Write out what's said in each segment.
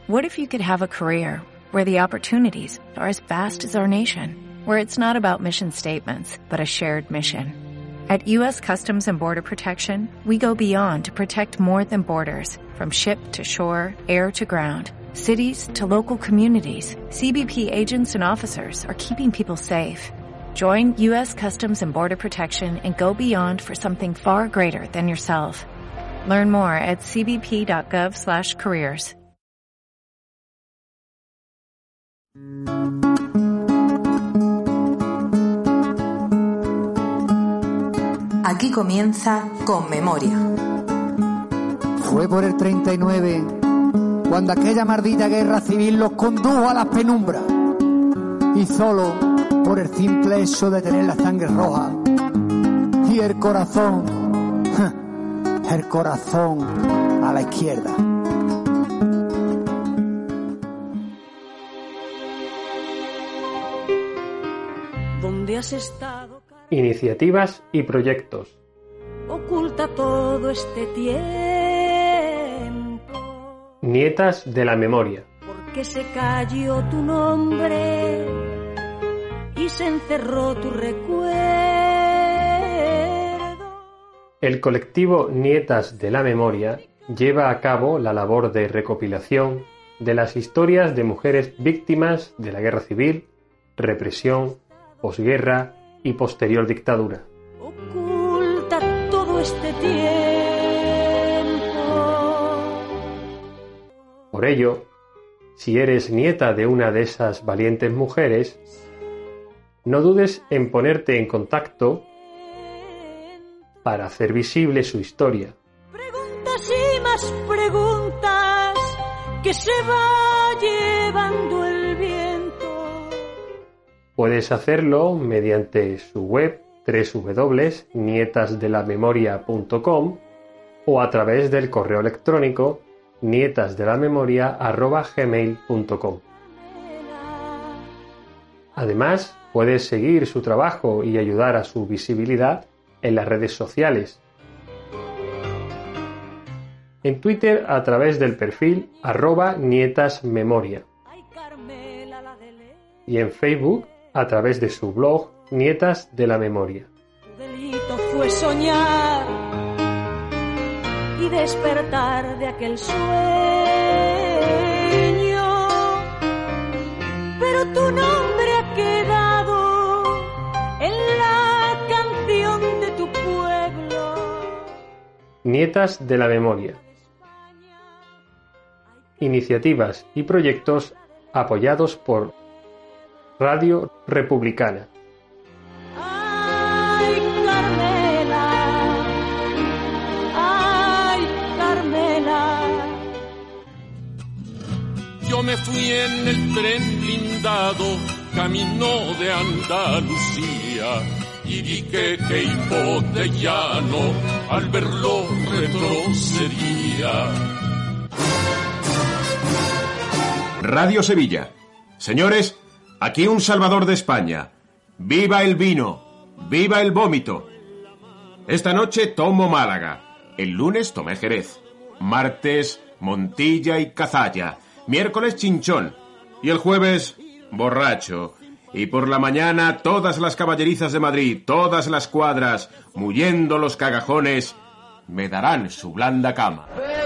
What if you could have a career where the opportunities are as vast as our nation, where it's not about mission statements, but a shared mission? At U.S. Customs and Border Protection, we go beyond to protect more than borders, from ship to shore, air to ground, cities to local communities. CBP agents and officers are keeping people safe. Join U.S. Customs and Border Protection and go beyond for something far greater than yourself. Learn more at cbp.gov/careers. Aquí comienza Con Memoria. Fue por el 39, cuando aquella maldita guerra civil los condujo a las penumbras. Y solo por el simple hecho de tener la sangre roja y el corazón a la izquierda. ¿Dónde has estado? Iniciativas y proyectos. Oculta todo este tiempo. Nietas de la memoria. Porque se cayó tu nombre y se encerró tu recuerdo. El colectivo Nietas de la Memoria lleva a cabo la labor de recopilación de las historias de mujeres víctimas de la guerra civil, represión, posguerra y posterior dictadura. Oculta todo este tiempo. Por ello, si eres nieta de una de esas valientes mujeres, no dudes en ponerte en contacto para hacer visible su historia. Preguntas y más preguntas que se va llevando el viento. Puedes hacerlo mediante su web www.nietasdelamemoria.com o a través del correo electrónico nietasdelamemoria@gmail.com. Además, puedes seguir su trabajo y ayudar a su visibilidad en las redes sociales. En Twitter a través del perfil @nietasmemoria. Y en Facebook a través de su blog Nietas de la Memoria. Tu delito fue soñar y despertar de aquel sueño, pero tu nombre ha quedado en la canción de tu pueblo. Nietas de la Memoria. Iniciativas y proyectos apoyados por Radio Republicana. Ay, Carmela, ay, Carmela. Yo me fui en el tren blindado, camino de Andalucía, y vi que Queipo de Llano al verlo retrocedía. Radio Sevilla. Señores, aquí un salvador de España. ¡Viva el vino! ¡Viva el vómito! Esta noche tomo Málaga. El lunes tomé Jerez. Martes, Montilla y Cazalla. Miércoles, Chinchón. Y el jueves, borracho. Y por la mañana, todas las caballerizas de Madrid, todas las cuadras, muyendo los cagajones, me darán su blanda cama.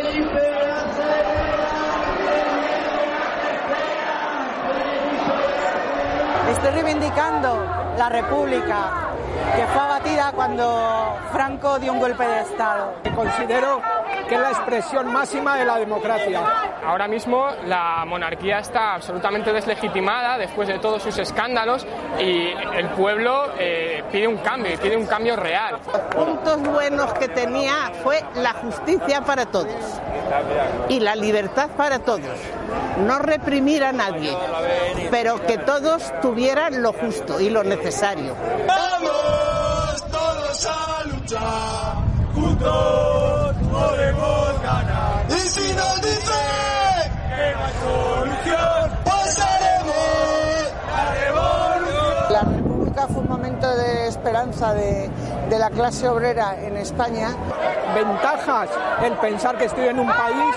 Estoy reivindicando la República, que fue abatida cuando Franco dio un golpe de Estado. Considero que es la expresión máxima de la democracia. Ahora mismo la monarquía está absolutamente deslegitimada después de todos sus escándalos y el pueblo pide un cambio real. Los puntos buenos que tenía fue la justicia para todos y la libertad para todos. No reprimir a nadie, pero que todos tuvieran lo justo y lo necesario. ¡Vamos todos a luchar! ¡Juntos podemos ganar! ¡Y si nos dicen que no hay solución, pues haremos la revolución! La República fue un momento de esperanza de la clase obrera en España. Ventajas el pensar que estoy en un país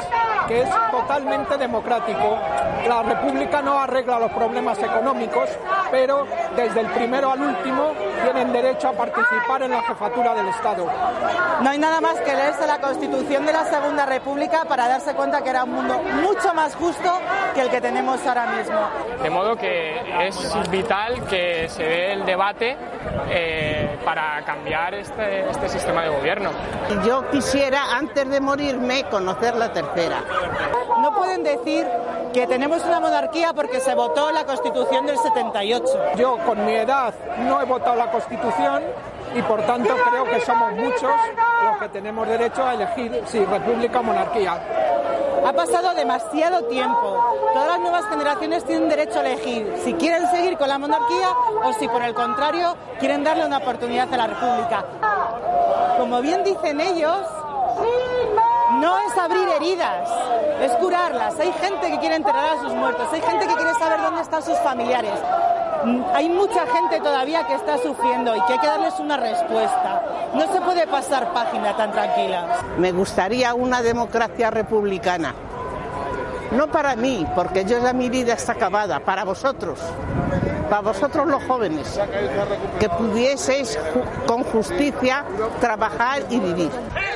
que es totalmente democrático. La República no arregla los problemas económicos, pero desde el primero al último tienen derecho a participar en la jefatura del Estado. No hay nada más que leerse la Constitución de la Segunda República para darse cuenta que era un mundo mucho más justo que el que tenemos ahora mismo. De modo que es vital que se dé el debate para cambiar este sistema de gobierno. Yo quisiera, antes de morirme, conocer la tercera. No pueden decir que tenemos una monarquía porque se votó la Constitución del 78. Yo, con mi edad, no he votado la Constitución y, por tanto, creo que somos muchos los que tenemos derecho a elegir si república o monarquía. Ha pasado demasiado tiempo. Todas las nuevas generaciones tienen derecho a elegir si quieren seguir con la monarquía o si, por el contrario, quieren darle una oportunidad a la república. Como bien dicen ellos, no es abrir heridas, es curarlas. Hay gente que quiere enterrar a sus muertos, hay gente que quiere saber dónde están sus familiares. Hay mucha gente todavía que está sufriendo y que hay que darles una respuesta. No se puede pasar página tan tranquila. Me gustaría una democracia republicana. No para mí, porque yo ya mi vida está acabada, para vosotros los jóvenes, que pudieseis con justicia trabajar y vivir.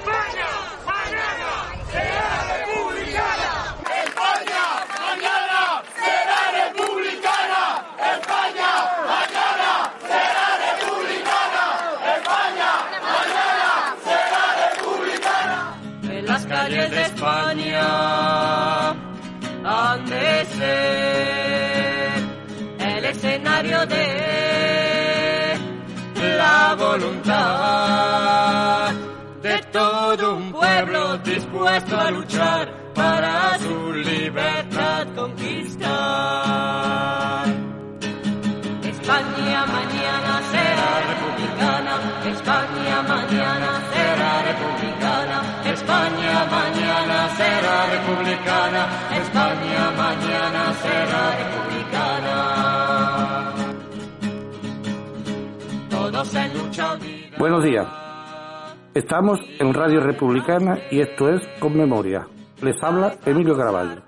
Calles de España han de ser el escenario de la voluntad de todo un pueblo dispuesto a luchar para su libertad conquistar. España mañana será republicana, España mañana será republicana, España mañana será republicana, España mañana será republicana. Todos en lucha unida. Buenos días. Estamos en Radio Republicana y esto es Con Memoria. Les habla Emilio Caraballo.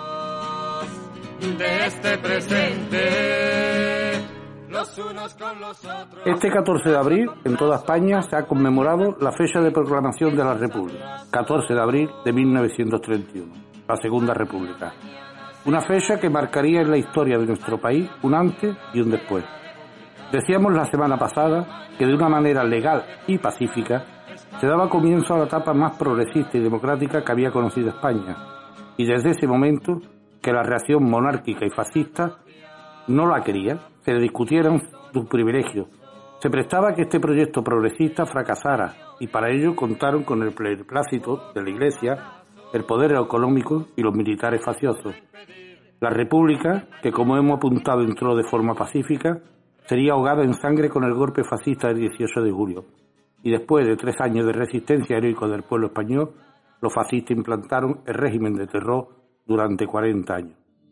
De este presente, los unos con los otros. Este 14 de abril, en toda España, se ha conmemorado la fecha de proclamación de la República, 14 de abril de 1931, la Segunda República. Una fecha que marcaría en la historia de nuestro país un antes y un después. Decíamos la semana pasada que de una manera legal y pacífica se daba comienzo a la etapa más progresista y democrática que había conocido España, y desde ese momento que la reacción monárquica y fascista no la quería, se le discutieran sus privilegios. Se prestaba a que este proyecto progresista fracasara y para ello contaron con el beneplácito de la Iglesia, el poder económico y los militares facciosos. La República, que como hemos apuntado entró de forma pacífica, sería ahogada en sangre con el golpe fascista del 18 de julio. Y después de 3 años de resistencia heroica del pueblo español, los fascistas implantaron el régimen de terror durante 40 años.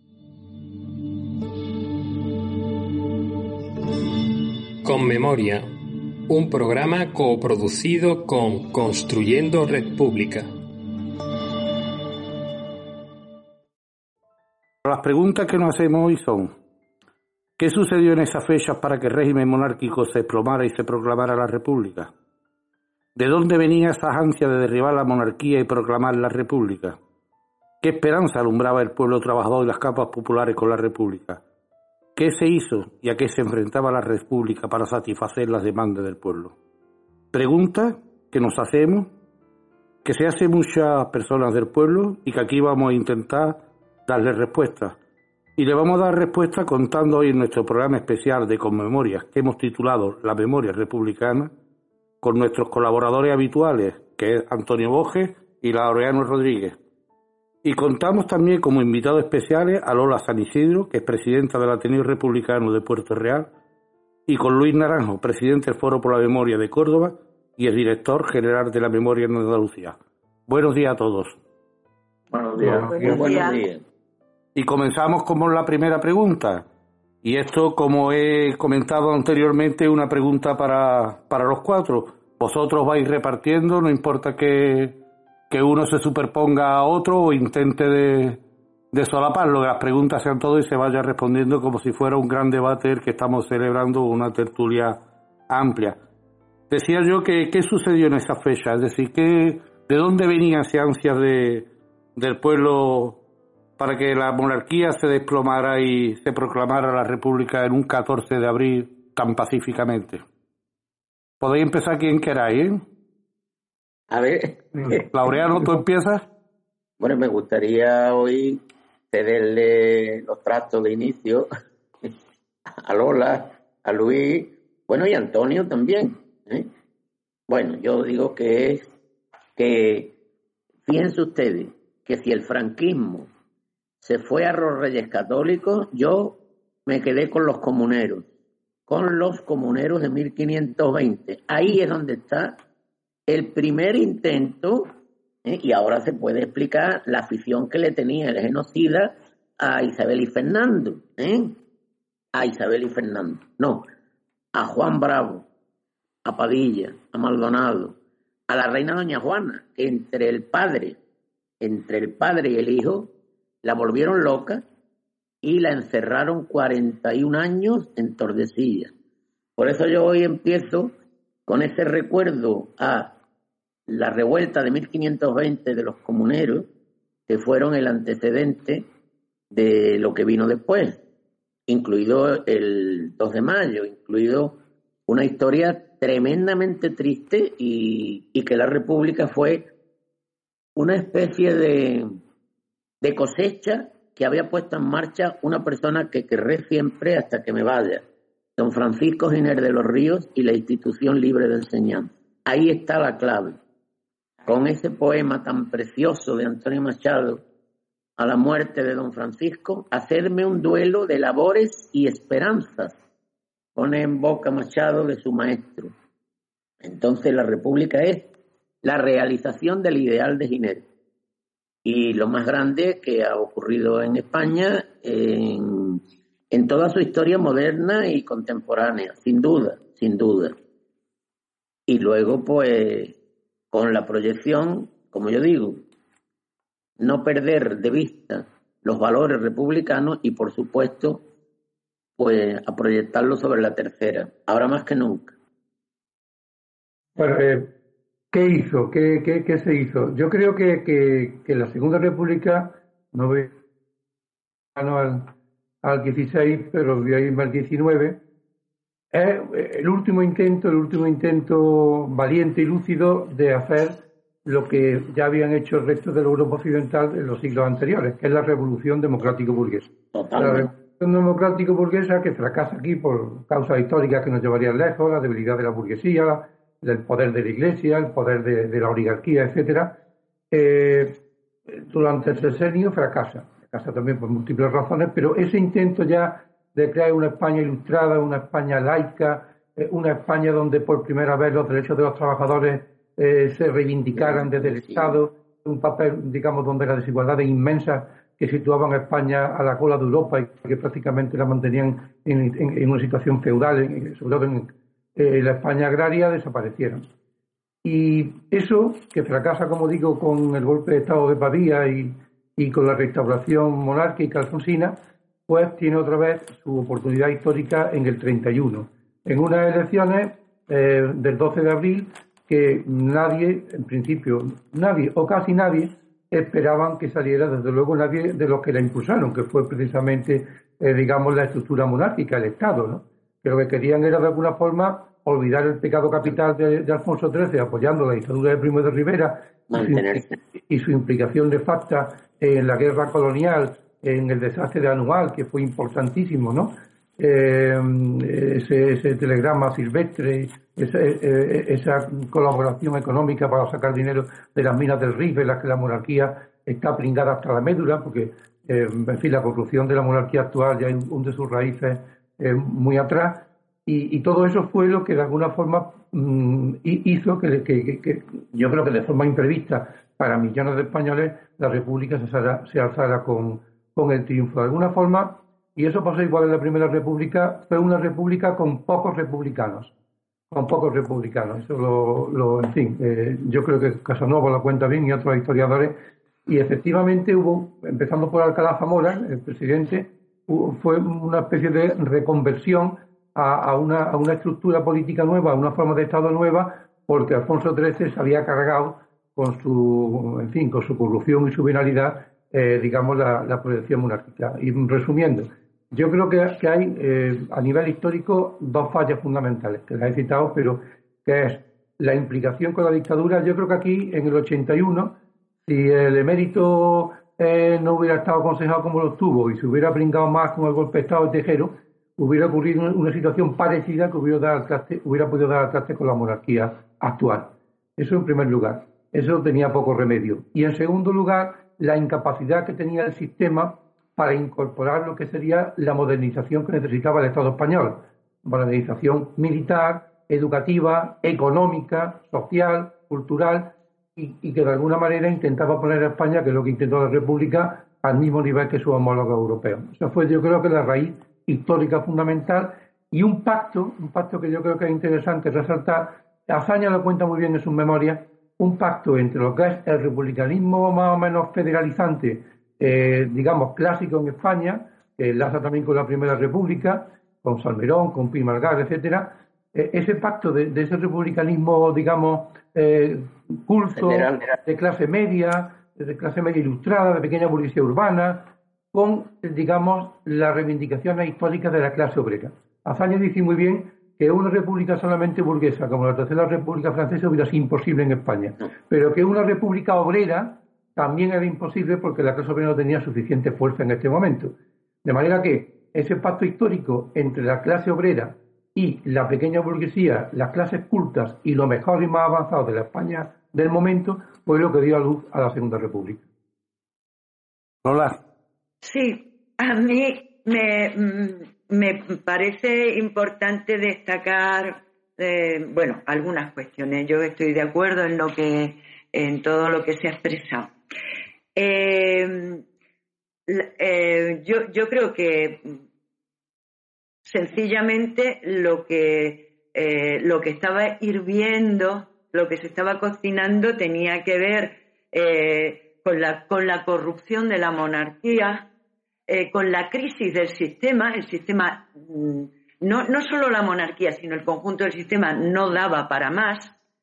Con Memoria, un programa coproducido con Construyendo República. Las preguntas que nos hacemos hoy son: ¿qué sucedió en esas fechas para que el régimen monárquico se desplomara y se proclamara la República? ¿De dónde venía esa ansia de derribar la monarquía y proclamar la República? ¿Qué esperanza alumbraba el pueblo trabajador y las capas populares con la República? ¿Qué se hizo y a qué se enfrentaba la República para satisfacer las demandas del pueblo? Preguntas que nos hacemos, que se hacen muchas personas del pueblo y que aquí vamos a intentar darle respuestas. Y le vamos a dar respuesta contando hoy en nuestro programa especial de Conmemorias, que hemos titulado La Memoria Republicana, con nuestros colaboradores habituales, que es Antonio Boges y Laureano Rodríguez. Y contamos también como invitados especiales a Lola San Isidro, que es presidenta del Ateneo Republicano de Puerto Real, y con Luis Naranjo, presidente del Foro por la Memoria de Córdoba y el director general de la Memoria en Andalucía. Buenos días a todos. Buenos días. Buenos días. Y comenzamos con la primera pregunta. Y esto, como he comentado anteriormente, es una pregunta para los cuatro. Vosotros vais repartiendo, no importa que que uno se superponga a otro o intente de solaparlo, que las preguntas sean todo y se vaya respondiendo como si fuera un gran debate el que estamos celebrando, una tertulia amplia. Decía yo que ¿qué sucedió en esa fecha? Es decir, ¿de dónde venían esas ansias del pueblo para que la monarquía se desplomara y se proclamara la república en un 14 de abril tan pacíficamente? Podéis empezar quien queráis, ¿eh? A ver. Laureano, ¿tú empiezas? Bueno, me gustaría hoy cederle los trastos de inicio a Lola, a Luis, bueno, y a Antonio también, ¿eh? Bueno, yo digo que fíjense ustedes, que si el franquismo se fue a los Reyes Católicos, yo me quedé con los comuneros de 1520. Ahí es donde está el primer intento, y ahora se puede explicar la afición que le tenía el genocida a Isabel y Fernando, a Juan Bravo, a Padilla, a Maldonado, a la reina doña Juana, que entre el padre y el hijo la volvieron loca y la encerraron 41 años en Tordesillas. Por eso yo hoy empiezo con ese recuerdo a la revuelta de 1520 de los comuneros, que fueron el antecedente de lo que vino después, incluido el 2 de mayo, incluido una historia tremendamente triste y que la República fue una especie de cosecha que había puesto en marcha una persona que querré siempre hasta que me vaya, don Francisco Giner de los Ríos y la Institución Libre de Enseñanza. Ahí está la clave. Con ese poema tan precioso de Antonio Machado, a la muerte de don Francisco, hacerme un duelo de labores y esperanzas, pone en boca Machado de su maestro. Entonces la República es la realización del ideal de Giner. Y lo más grande que ha ocurrido en España en toda su historia moderna y contemporánea, sin duda. Y luego, pues, con la proyección, como yo digo, no perder de vista los valores republicanos y, por supuesto, pues a proyectarlos sobre la tercera, ahora más que nunca. Bueno, ¿qué hizo? ¿Qué se hizo? Yo creo que la Segunda República, no voy al 16, pero voy a irme al 19, es el último intento valiente y lúcido de hacer lo que ya habían hecho el resto de la Europa occidental en los siglos anteriores, que es la revolución democrático-burguesa. La revolución democrático-burguesa que fracasa aquí por causas históricas que nos llevarían lejos, la debilidad de la burguesía, del poder de la Iglesia, el poder de la oligarquía, etcétera. Durante el sexenio fracasa también por múltiples razones, pero ese intento ya de crear una España ilustrada, una España laica, una España donde por primera vez los derechos de los trabajadores se reivindicaran desde el Estado, un papel, digamos, donde las desigualdades inmensas que situaban a España a la cola de Europa y que prácticamente la mantenían en una situación feudal, sobre todo en la España agraria, desaparecieron. Y eso, que fracasa, como digo, con el golpe de Estado de Pavía y con la restauración monárquica alfonsina, pues tiene otra vez su oportunidad histórica en el 31, en unas elecciones del 12 de abril que nadie, en principio, nadie o casi nadie esperaban que saliera, desde luego nadie de los que la impulsaron, que fue precisamente, digamos, la estructura monárquica, el Estado, ¿no? Que lo que querían era, de alguna forma, olvidar el pecado capital de Alfonso XIII, apoyando la dictadura de Primo de Rivera y su implicación de facto en la guerra colonial, en el desastre de Anual, que fue importantísimo, ¿no? Ese telegrama silvestre, esa colaboración económica para sacar dinero de las minas del Rif, en las que la monarquía está pringada hasta la médula, porque, en fin, la corrupción de la monarquía actual ya hunde sus raíces muy atrás, y todo eso fue lo que de alguna forma hizo que yo creo que de forma imprevista para millones de españoles la República se alzara con el triunfo. De alguna forma, y eso pasó igual en la Primera República, fue una república con pocos republicanos, con pocos republicanos. Eso en fin, yo creo que Casanova lo cuenta bien y otros historiadores. Y efectivamente hubo, empezando por Alcalá Zamora, el presidente, fue una especie de reconversión a una estructura política nueva, a una forma de Estado nueva, porque Alfonso XIII se había cargado con su corrupción y su venalidad, digamos, la proyección monárquica. Y resumiendo, yo creo que hay a nivel histórico dos fallas fundamentales, que las he citado, pero que es la implicación con la dictadura. Yo creo que aquí, en el 81, si el emérito no hubiera estado aconsejado como lo estuvo y se hubiera brincado más con el golpe de Estado de Tejero, hubiera ocurrido una situación parecida que hubiera podido dar al traste con la monarquía actual. Eso en primer lugar. Eso tenía poco remedio. Y en segundo lugar, la incapacidad que tenía el sistema para incorporar lo que sería la modernización que necesitaba el Estado español. Modernización militar, educativa, económica, social, cultural, y que de alguna manera intentaba poner a España, que es lo que intentó la República, al mismo nivel que sus homólogos europeos. Esa fue, yo creo, que la raíz histórica fundamental, y un pacto que yo creo que es interesante resaltar. Azaña lo cuenta muy bien en sus memorias, un pacto entre lo que es el republicanismo más o menos federalizante, digamos, clásico en España, que enlaza también con la Primera República, con Salmerón, con Pi Malgar, etcétera. Ese pacto de ese republicanismo, digamos, culto, de clase media ilustrada, de pequeña burguesía urbana, con, digamos, las reivindicaciones históricas de la clase obrera. Azaña dice muy bien que una república solamente burguesa, como la Tercera República Francesa, hubiera sido imposible en España, pero que una república obrera también era imposible porque la clase obrera no tenía suficiente fuerza en este momento. De manera que ese pacto histórico entre la clase obrera y la pequeña burguesía, las clases cultas y lo mejor y más avanzado de la España del momento, fue lo que dio a luz a la Segunda República. Hola. Sí, a mí me parece importante destacar, algunas cuestiones. Yo estoy de acuerdo en todo lo que se ha expresado. Yo creo que sencillamente lo que estaba hirviendo, lo que se estaba cocinando, tenía que ver con la corrupción de la monarquía, con la crisis del sistema. El sistema, no solo la monarquía, sino el conjunto del sistema no daba para más.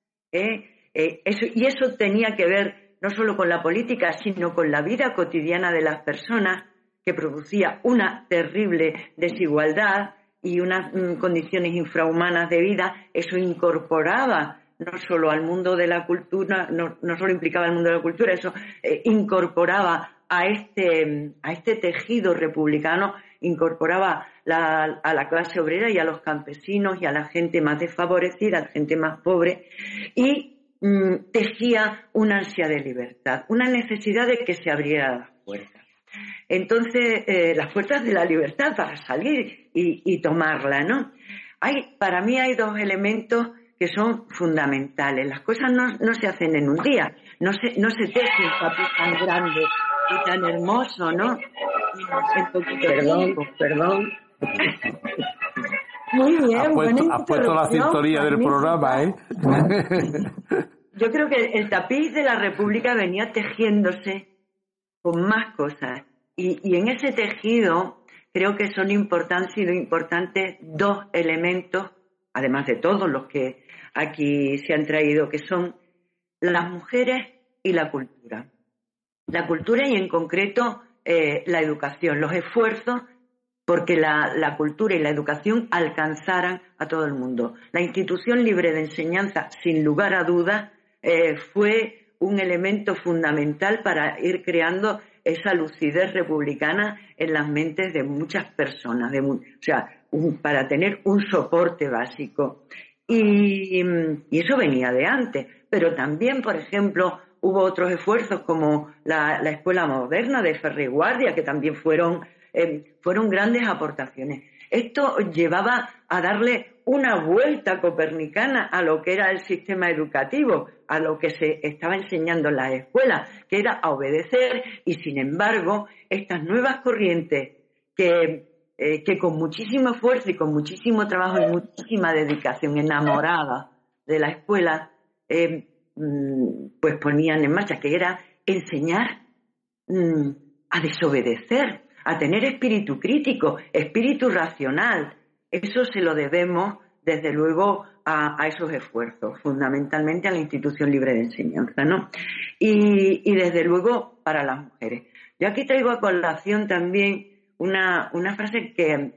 Eso tenía que ver no solo con la política, sino con la vida cotidiana de las personas, que producía una terrible desigualdad y unas condiciones infrahumanas de vida. Eso incorporaba no solo al mundo de la cultura, no solo implicaba el mundo de la cultura, eso incorporaba a este tejido republicano, incorporaba a la clase obrera y a los campesinos y a la gente más desfavorecida, a la gente más pobre, y tejía una ansia de libertad, una necesidad de que se abrieran las puertas. Entonces, las puertas de la libertad para salir y tomarla, ¿no? Para mí hay dos elementos que son fundamentales. Las cosas no se hacen en un día, no se teje un papel tan grande y tan hermoso, ¿no? Perdón. Muy bien, has puesto la sintonía del programa, ¿eh? Yo creo que el tapiz de la República venía tejiéndose con más cosas. Y en ese tejido creo que son importantes dos elementos, además de todos los que aquí se han traído, que son las mujeres y la cultura. La cultura y en concreto la educación, los esfuerzos porque la cultura y la educación alcanzaran a todo el mundo. La institución libre de enseñanza, sin lugar a dudas, fue un elemento fundamental para ir creando esa lucidez republicana en las mentes de muchas personas, para tener un soporte básico. Y eso venía de antes, pero también, por ejemplo, hubo otros esfuerzos como la Escuela Moderna de Ferrer y Guardia, que también fueron grandes aportaciones. Esto llevaba a darle una vuelta copernicana a lo que era el sistema educativo, a lo que se estaba enseñando en las escuelas, que era a obedecer, y sin embargo, estas nuevas corrientes que que con muchísimo esfuerzo y con muchísimo trabajo y muchísima dedicación, enamorada de la escuela, pues ponían en marcha, que era enseñar a desobedecer, a tener espíritu crítico, espíritu racional. Eso se lo debemos, desde luego, a esos esfuerzos, fundamentalmente a la Institución Libre de Enseñanza, ¿no? Y desde luego para las mujeres. Yo aquí traigo a colación también una frase que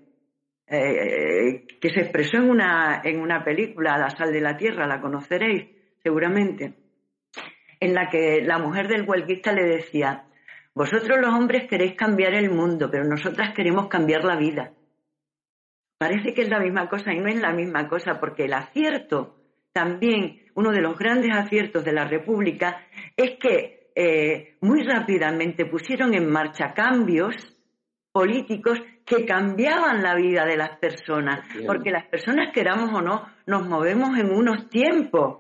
se expresó en una película, La sal de la tierra, la conoceréis seguramente, en la que la mujer del huelguista le decía: vosotros los hombres queréis cambiar el mundo, pero nosotras queremos cambiar la vida. Parece que es la misma cosa y no es la misma cosa, porque el acierto, también uno de los grandes aciertos de la República, es que muy rápidamente pusieron en marcha cambios políticos que cambiaban la vida de las personas, porque las personas, queramos o no, nos movemos en unos tiempos.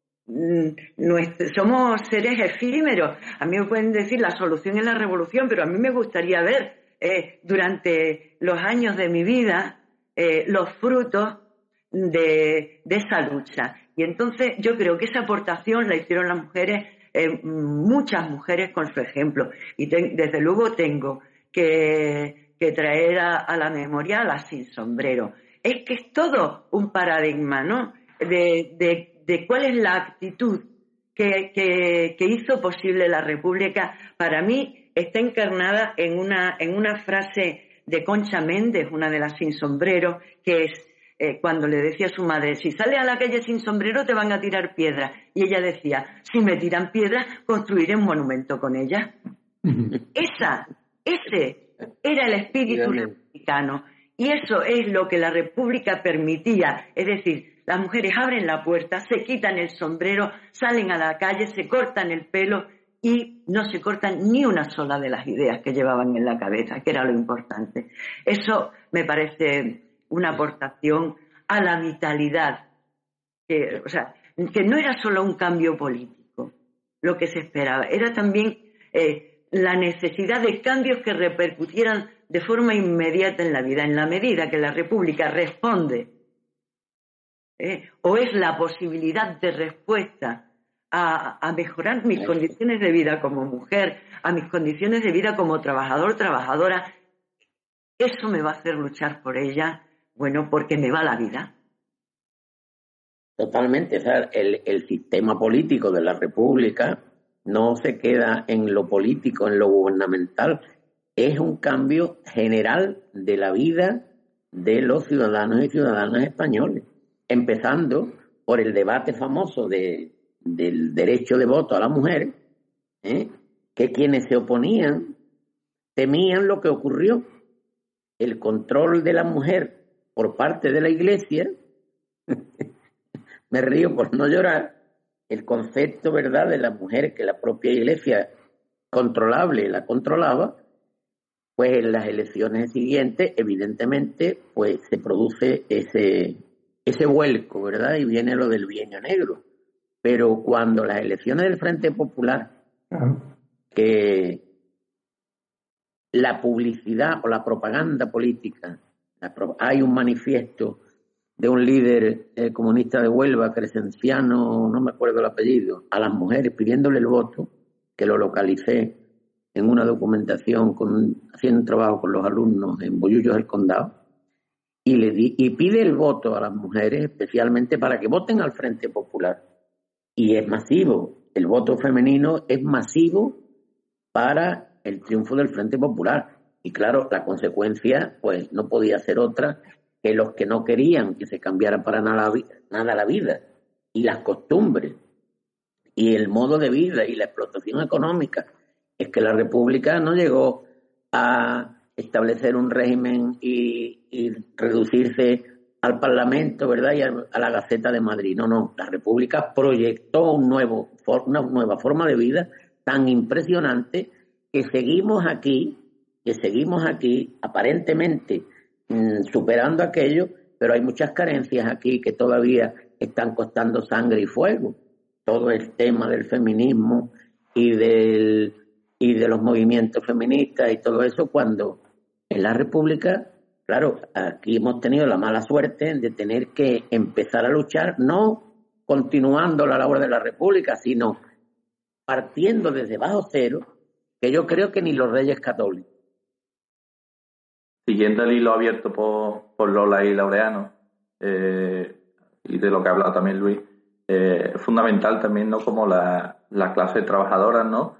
Somos seres efímeros. A mí me pueden decir la solución es la revolución, pero a mí me gustaría ver durante los años de mi vida los frutos de esa lucha. Y entonces yo creo que esa aportación la hicieron las mujeres, muchas mujeres con su ejemplo. Y desde luego tengo que traer a la memoria a las sin sombrero. Es que es todo un paradigma, ¿no? De cuál es la actitud que hizo posible la República. Para mí está encarnada en una frase de Concha Méndez, una de las sin sombrero, que es cuando le decía a su madre: si sales a la calle sin sombrero te van a tirar piedras. Y ella decía: si me tiran piedras, construiré un monumento con ellas. Ese era el espíritu republicano. Y eso es lo que la República permitía. Es decir, las mujeres abren la puerta, se quitan el sombrero, salen a la calle, se cortan el pelo y no se cortan ni una sola de las ideas que llevaban en la cabeza, que era lo importante. Eso me parece una aportación a la vitalidad, que no era solo un cambio político lo que se esperaba, era también la necesidad de cambios que repercutieran de forma inmediata en la vida, en la medida que la República responde o es la posibilidad de respuesta a mejorar mis condiciones de vida como mujer, a mis condiciones de vida como trabajador, trabajadora. Eso me va a hacer luchar por ella, bueno, porque me va la vida. Totalmente. O sea, el sistema político de la República no se queda en lo político, en lo gubernamental. Es un cambio general de la vida de los ciudadanos y ciudadanas españoles, empezando por el debate famoso del derecho de voto a la mujer, que quienes se oponían temían lo que ocurrió, el control de la mujer por parte de la Iglesia. Me río por no llorar. El concepto, ¿verdad?, de la mujer, que la propia Iglesia controlable la controlaba, pues en las elecciones siguientes, evidentemente, pues se produce ese vuelco, ¿verdad? Y viene lo del bienio negro. Pero cuando las elecciones del Frente Popular, que la publicidad o la propaganda política, hay un manifiesto de un líder comunista de Huelva, Crescenciano, no me acuerdo el apellido, a las mujeres pidiéndole el voto, que lo localicé en una documentación haciendo un trabajo con los alumnos en Bollullos del Condado, y pide el voto a las mujeres especialmente para que voten al Frente Popular. Y es masivo, el voto femenino es masivo para el triunfo del Frente Popular. Y claro, la consecuencia pues no podía ser otra que los que no querían que se cambiara para nada la vida y las costumbres y el modo de vida y la explotación económica. Es que la República no llegó a establecer un régimen y reducirse al Parlamento, ¿verdad?, y a la Gaceta de Madrid. No, la República proyectó una nueva forma de vida tan impresionante que seguimos aquí aparentemente superando aquello, pero hay muchas carencias aquí que todavía están costando sangre y fuego. Todo el tema del feminismo y de los movimientos feministas y todo eso, cuando en la República claro, aquí hemos tenido la mala suerte de tener que empezar a luchar, no continuando la labor de la República, sino partiendo desde bajo cero, que yo creo que ni los reyes católicos. Siguiendo el hilo abierto por Lola y Laureano, y de lo que ha hablado también Luis, es fundamental también, ¿no?, como las clases trabajadoras, ¿no?,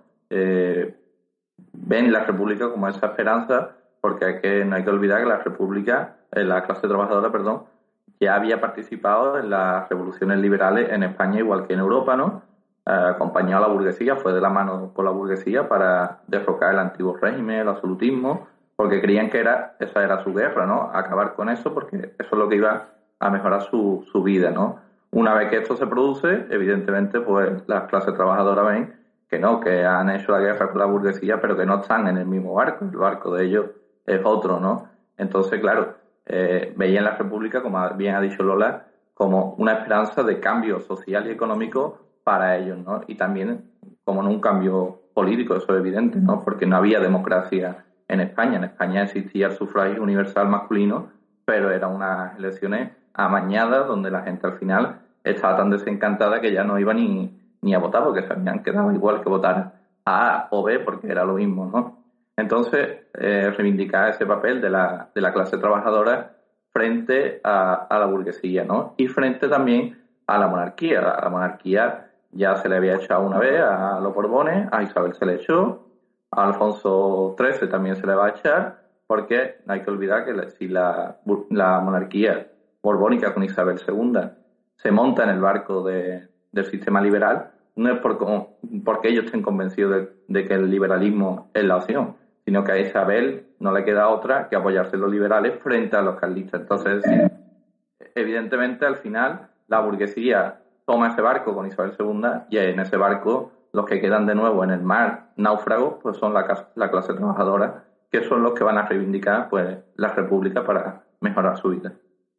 ven la República como esa esperanza, porque no hay que olvidar que la clase trabajadora, ya había participado en las revoluciones liberales en España igual que en Europa, ¿no?, acompañó a la burguesía, fue de la mano con la burguesía para derrocar el antiguo régimen, el absolutismo, porque creían que esa era su guerra, ¿no?, acabar con eso, porque eso es lo que iba a mejorar su vida, ¿no? Una vez que esto se produce, evidentemente, pues las clases trabajadoras ven que no, que han hecho la guerra con la burguesía, pero que no están en el mismo barco, el barco de ellos es otro, ¿no? Entonces, claro, veían la República, como bien ha dicho Lola, como una esperanza de cambio social y económico para ellos, ¿no? Y también como en un cambio político, eso es evidente, ¿no? Porque no había democracia en España. En España existía el sufragio universal masculino, pero eran unas elecciones amañadas donde la gente al final estaba tan desencantada que ya no iba ni a votar, porque sabían que daba igual que votar A o B, porque era lo mismo, ¿no? Entonces, reivindicar ese papel de la clase trabajadora frente a la burguesía, ¿no? Y frente también a la monarquía. A la monarquía ya se le había echado una vez a los Borbones, a Isabel se le echó, a Alfonso XIII también se le va a echar, porque no hay que olvidar que si la monarquía borbónica con Isabel II se monta en el barco del sistema liberal, no es porque ellos estén convencidos de que el liberalismo es la opción, sino que a Isabel no le queda otra que apoyarse en los liberales frente a los carlistas. Entonces, evidentemente, al final, la burguesía toma ese barco con Isabel II y en ese barco los que quedan de nuevo en el mar náufragos pues son la clase trabajadora, que son los que van a reivindicar pues la República para mejorar su vida.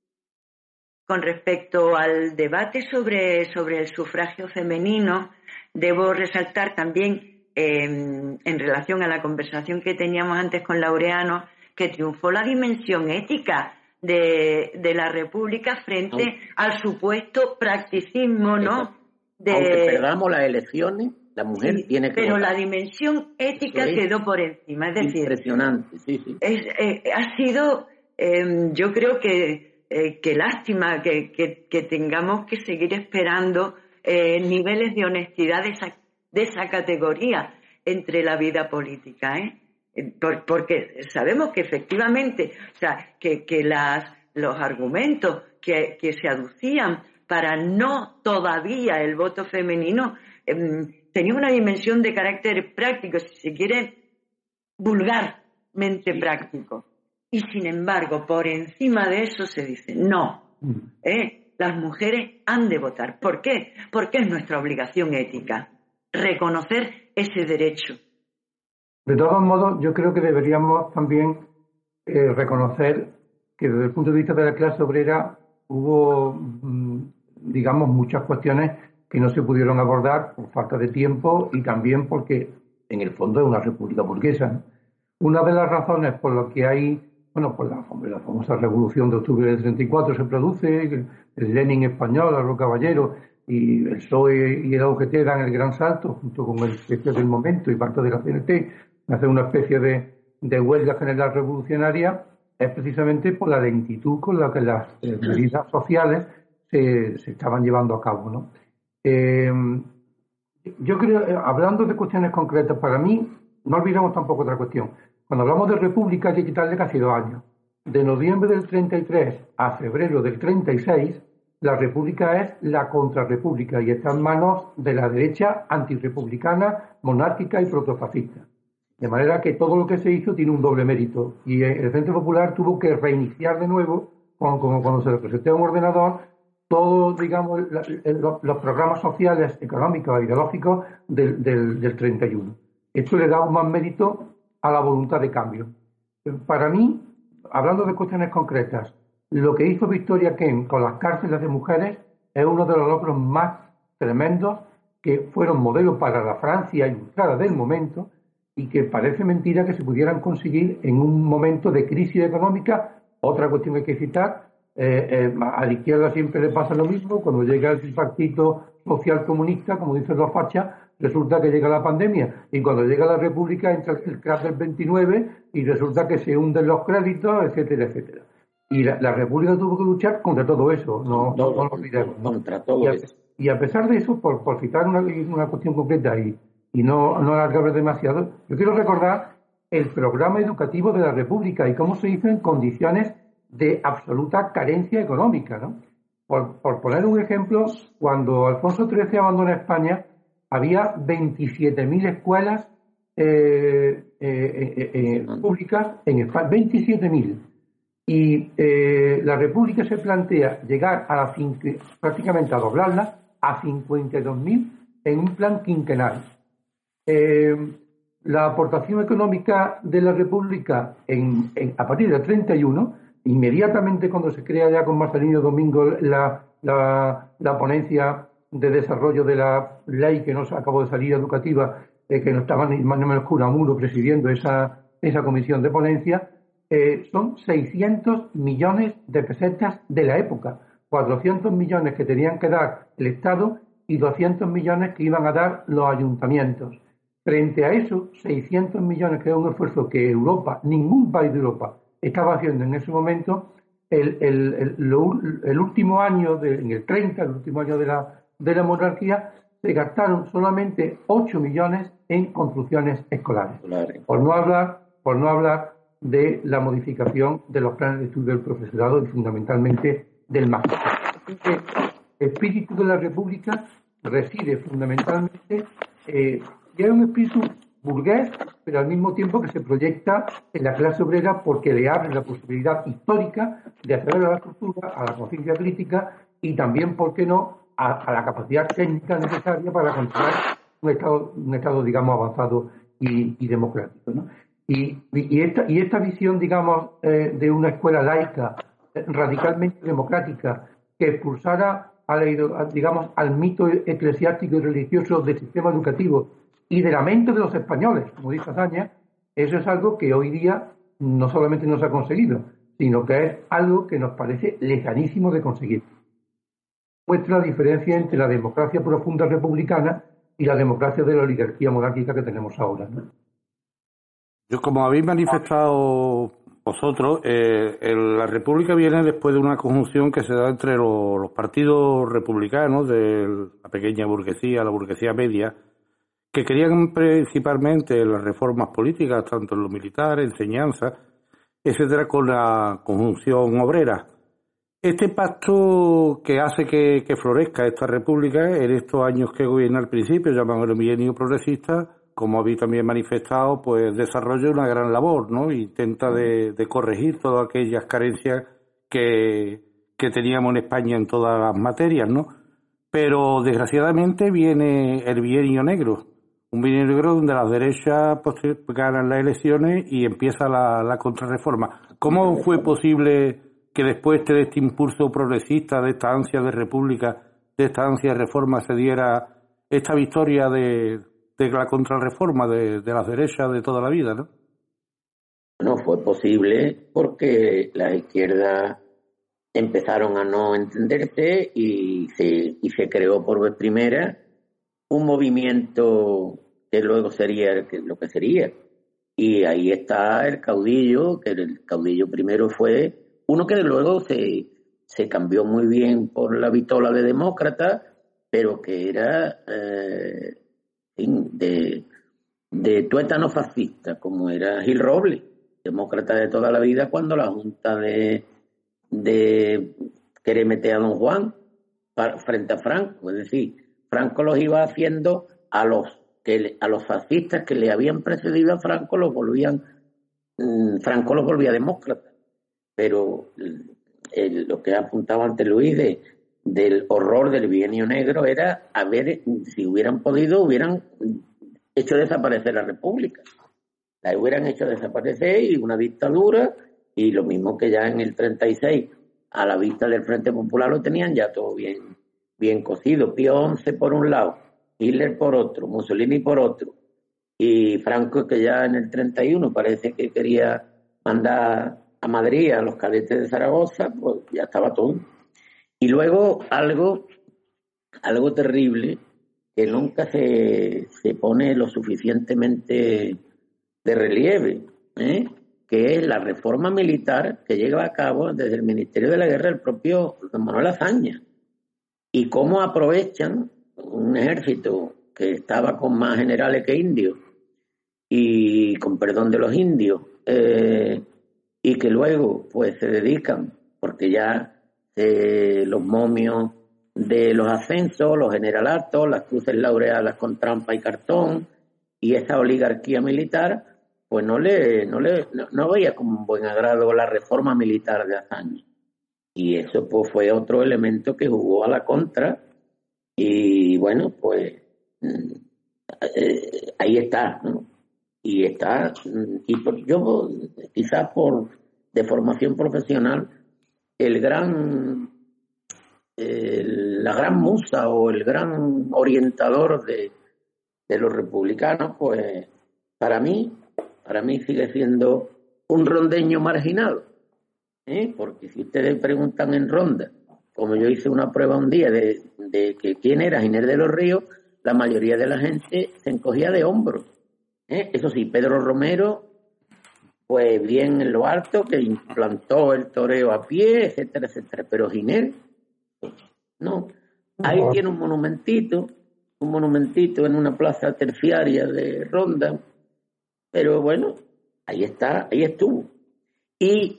Con respecto al debate sobre el sufragio femenino, debo resaltar también, en relación a la conversación que teníamos antes con Laureano, que triunfó la dimensión ética de la República frente al supuesto practicismo, ¿no? Aunque perdamos las elecciones, la mujer tiene que pero votar. la dimensión ética quedó por encima. Es decir, impresionante, sí. Ha sido, yo creo que lástima que tengamos que seguir esperando niveles de honestidad de esa categoría entre la vida política, porque sabemos que efectivamente, o sea, que los argumentos que se aducían para no todavía el voto femenino tenían una dimensión de carácter práctico, si se quiere, vulgarmente práctico. Y sin embargo, por encima de eso se dice, no, las mujeres han de votar. ¿Por qué? Porque es nuestra obligación ética reconocer ese derecho. De todos modos, yo creo que deberíamos también reconocer que desde el punto de vista de la clase obrera hubo, digamos, muchas cuestiones que no se pudieron abordar por falta de tiempo y también porque, en el fondo, es una república burguesa. Una de las razones por las que hay, pues la famosa Revolución de Octubre del 34 se produce, el Lenin español, Larro Caballero y el PSOE y el UGT dan el gran salto, junto con el PP del momento y parte de la CNT, hace una especie de huelga general revolucionaria, es precisamente por la lentitud con la que las medidas sociales se estaban llevando a cabo, ¿no? Yo creo, hablando de cuestiones concretas, para mí, no olvidemos tampoco otra cuestión. Cuando hablamos de república hay que quitarle casi 2 años. De noviembre del 33 a febrero del 36, la república es la contrarrepública y está en manos de la derecha antirrepublicana, monárquica y protofascista. De manera que todo lo que se hizo tiene un doble mérito. Y el Frente Popular tuvo que reiniciar de nuevo, como cuando se le presentó a un ordenador, todos, digamos, los programas sociales, económicos e ideológicos del 31. Esto le da aún más mérito a la voluntad de cambio. Para mí, hablando de cuestiones concretas, lo que hizo Victoria Kent con las cárceles de mujeres es uno de los logros más tremendos que fueron modelo para la Francia ilustrada del momento y que parece mentira que se pudieran conseguir en un momento de crisis económica Otra cuestión que hay que citar, a la izquierda siempre le pasa lo mismo, cuando llega el partido social comunista, como dicen los fachas, resulta que llega la pandemia, y cuando llega la República entra el crash del 29 y resulta que se hunden los créditos, etcétera, etcétera. Y la República tuvo que luchar contra todo eso, no lo olvidemos, ¿no? Contra todo eso. Y a pesar de eso, por citar una cuestión concreta y no alargarme demasiado, yo quiero recordar el programa educativo de la República y cómo se hizo en condiciones de absoluta carencia económica, ¿no? Por poner un ejemplo, cuando Alfonso XIII abandona España, había 27.000 escuelas públicas en España, 27.000. Y la República se plantea llegar prácticamente a doblarla a 52.000 en un plan quinquenal. La aportación económica de la República a partir del 31, inmediatamente cuando se crea ya con Marcelino Domingo la ponencia de desarrollo de la ley que nos acabó de salir educativa, que no estaba ni más ni menos que Unamuno presidiendo esa comisión de ponencia, son 600 millones de pesetas de la época, 400 millones que tenían que dar el Estado y 200 millones que iban a dar los ayuntamientos. Frente a esos 600 millones, que es un esfuerzo que Europa, ningún país de Europa, estaba haciendo en ese momento, el último año, en el 30, el último año de la monarquía, se gastaron solamente 8 millones en construcciones escolares. Por no hablar de la modificación de los planes de estudio del profesorado y fundamentalmente del máster. El espíritu de la República reside fundamentalmente, y es un espíritu burgués, pero al mismo tiempo que se proyecta en la clase obrera porque le abre la posibilidad histórica de acceder a la cultura, a la conciencia crítica y también, ¿por qué no?, a la capacidad técnica necesaria para controlar un estado digamos, avanzado y democrático, ¿no? Y esta visión, digamos, de una escuela laica, radicalmente democrática, que expulsara al mito eclesiástico y religioso del sistema educativo y de la mente de los españoles, como dice Azaña, eso es algo que hoy día no solamente no se ha conseguido, sino que es algo que nos parece lejanísimo de conseguir. Muestra la diferencia entre la democracia profunda republicana y la democracia de la oligarquía monárquica que tenemos ahora, ¿no? Yo, como habéis manifestado vosotros, la República viene después de una conjunción que se da entre los partidos republicanos de la pequeña burguesía, la burguesía media, que querían principalmente las reformas políticas, tanto en lo militar, enseñanza, etcétera, con la conjunción obrera. Este pacto que hace que florezca esta república en estos años que gobierna al principio, llamado el bienio progresista, como habéis también manifestado, pues desarrolla una gran labor, ¿no? Intenta de corregir todas aquellas carencias que teníamos en España en todas las materias, ¿no? Pero desgraciadamente viene el bienio negro, un bienio negro donde las derechas ganan las elecciones y empieza la contrarreforma. ¿Cómo fue posible que después de este impulso progresista, de esta ansia de república, de esta ansia de reforma, se diera esta victoria de la contrarreforma de las derechas de toda la vida, ¿no? No fue posible porque las izquierdas empezaron a no entenderse y se creó por vez primera un movimiento que luego sería lo que sería. Y ahí está el caudillo, que el caudillo primero fue uno que luego se cambió muy bien por la vitola de demócrata, pero que era de tuétano fascista, como era Gil Robles, demócrata de toda la vida, cuando la Junta de querer meter a don Juan frente a Franco. Es decir, Franco los iba haciendo a los fascistas que le habían precedido a Franco, Franco los volvía demócratas. Pero lo que apuntaba antes Luis del horror del bienio negro era si hubieran podido, hubieran hecho desaparecer la República. La hubieran hecho desaparecer y una dictadura, y lo mismo que ya en el 36, a la vista del Frente Popular lo tenían ya todo bien cocido. Pío XI por un lado, Hitler por otro, Mussolini por otro, y Franco, que ya en el 31 parece que quería mandar a Madrid, a los cadetes de Zaragoza, pues ya estaba todo. Y luego algo terrible que nunca se pone lo suficientemente de relieve, que es la reforma militar que lleva a cabo desde el Ministerio de la Guerra el propio don Manuel Azaña, y cómo aprovechan un ejército que estaba con más generales que indios, y con perdón de los indios, y que luego pues se dedican, porque ya los momios de los ascensos, los generalatos, las cruces laureadas con trampa y cartón, y esa oligarquía militar, pues no veía con buen agrado la reforma militar de Azaña. Y eso pues fue otro elemento que jugó a la contra, y bueno, pues ahí está, ¿no? Y está, yo quizás por deformación profesional, la gran musa o el gran orientador de los republicanos, pues para mí sigue siendo un rondeño marginado, porque si ustedes preguntan en Ronda, como yo hice una prueba un día de que quién era Ginés de los Ríos, la mayoría de la gente se encogía de hombros. Eso sí, Pedro Romero, pues bien en lo alto, que implantó el toreo a pie, etcétera, etcétera. Pero Ginés, no. Ahí tiene un monumentito en una plaza terciaria de Ronda. Pero bueno, ahí está, ahí estuvo. Y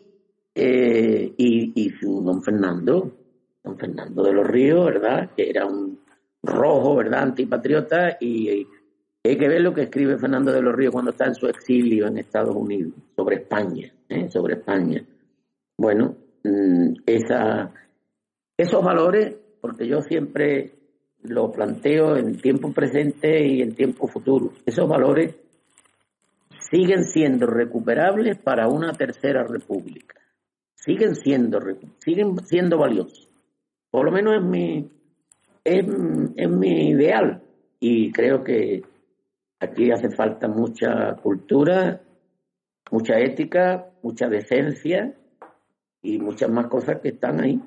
su don Fernando de los Ríos, ¿verdad? Que era un rojo, ¿verdad? Antipatriota, y hay que ver lo que escribe Fernando de los Ríos cuando está en su exilio en Estados Unidos, sobre España, sobre España. Bueno, esos valores, porque yo siempre lo planteo en tiempo presente y en tiempo futuro, esos valores siguen siendo recuperables para una tercera república. Siguen siendo valiosos. Por lo menos es mi ideal, y creo que aquí hace falta mucha cultura, mucha ética, mucha decencia y muchas más cosas que están ahí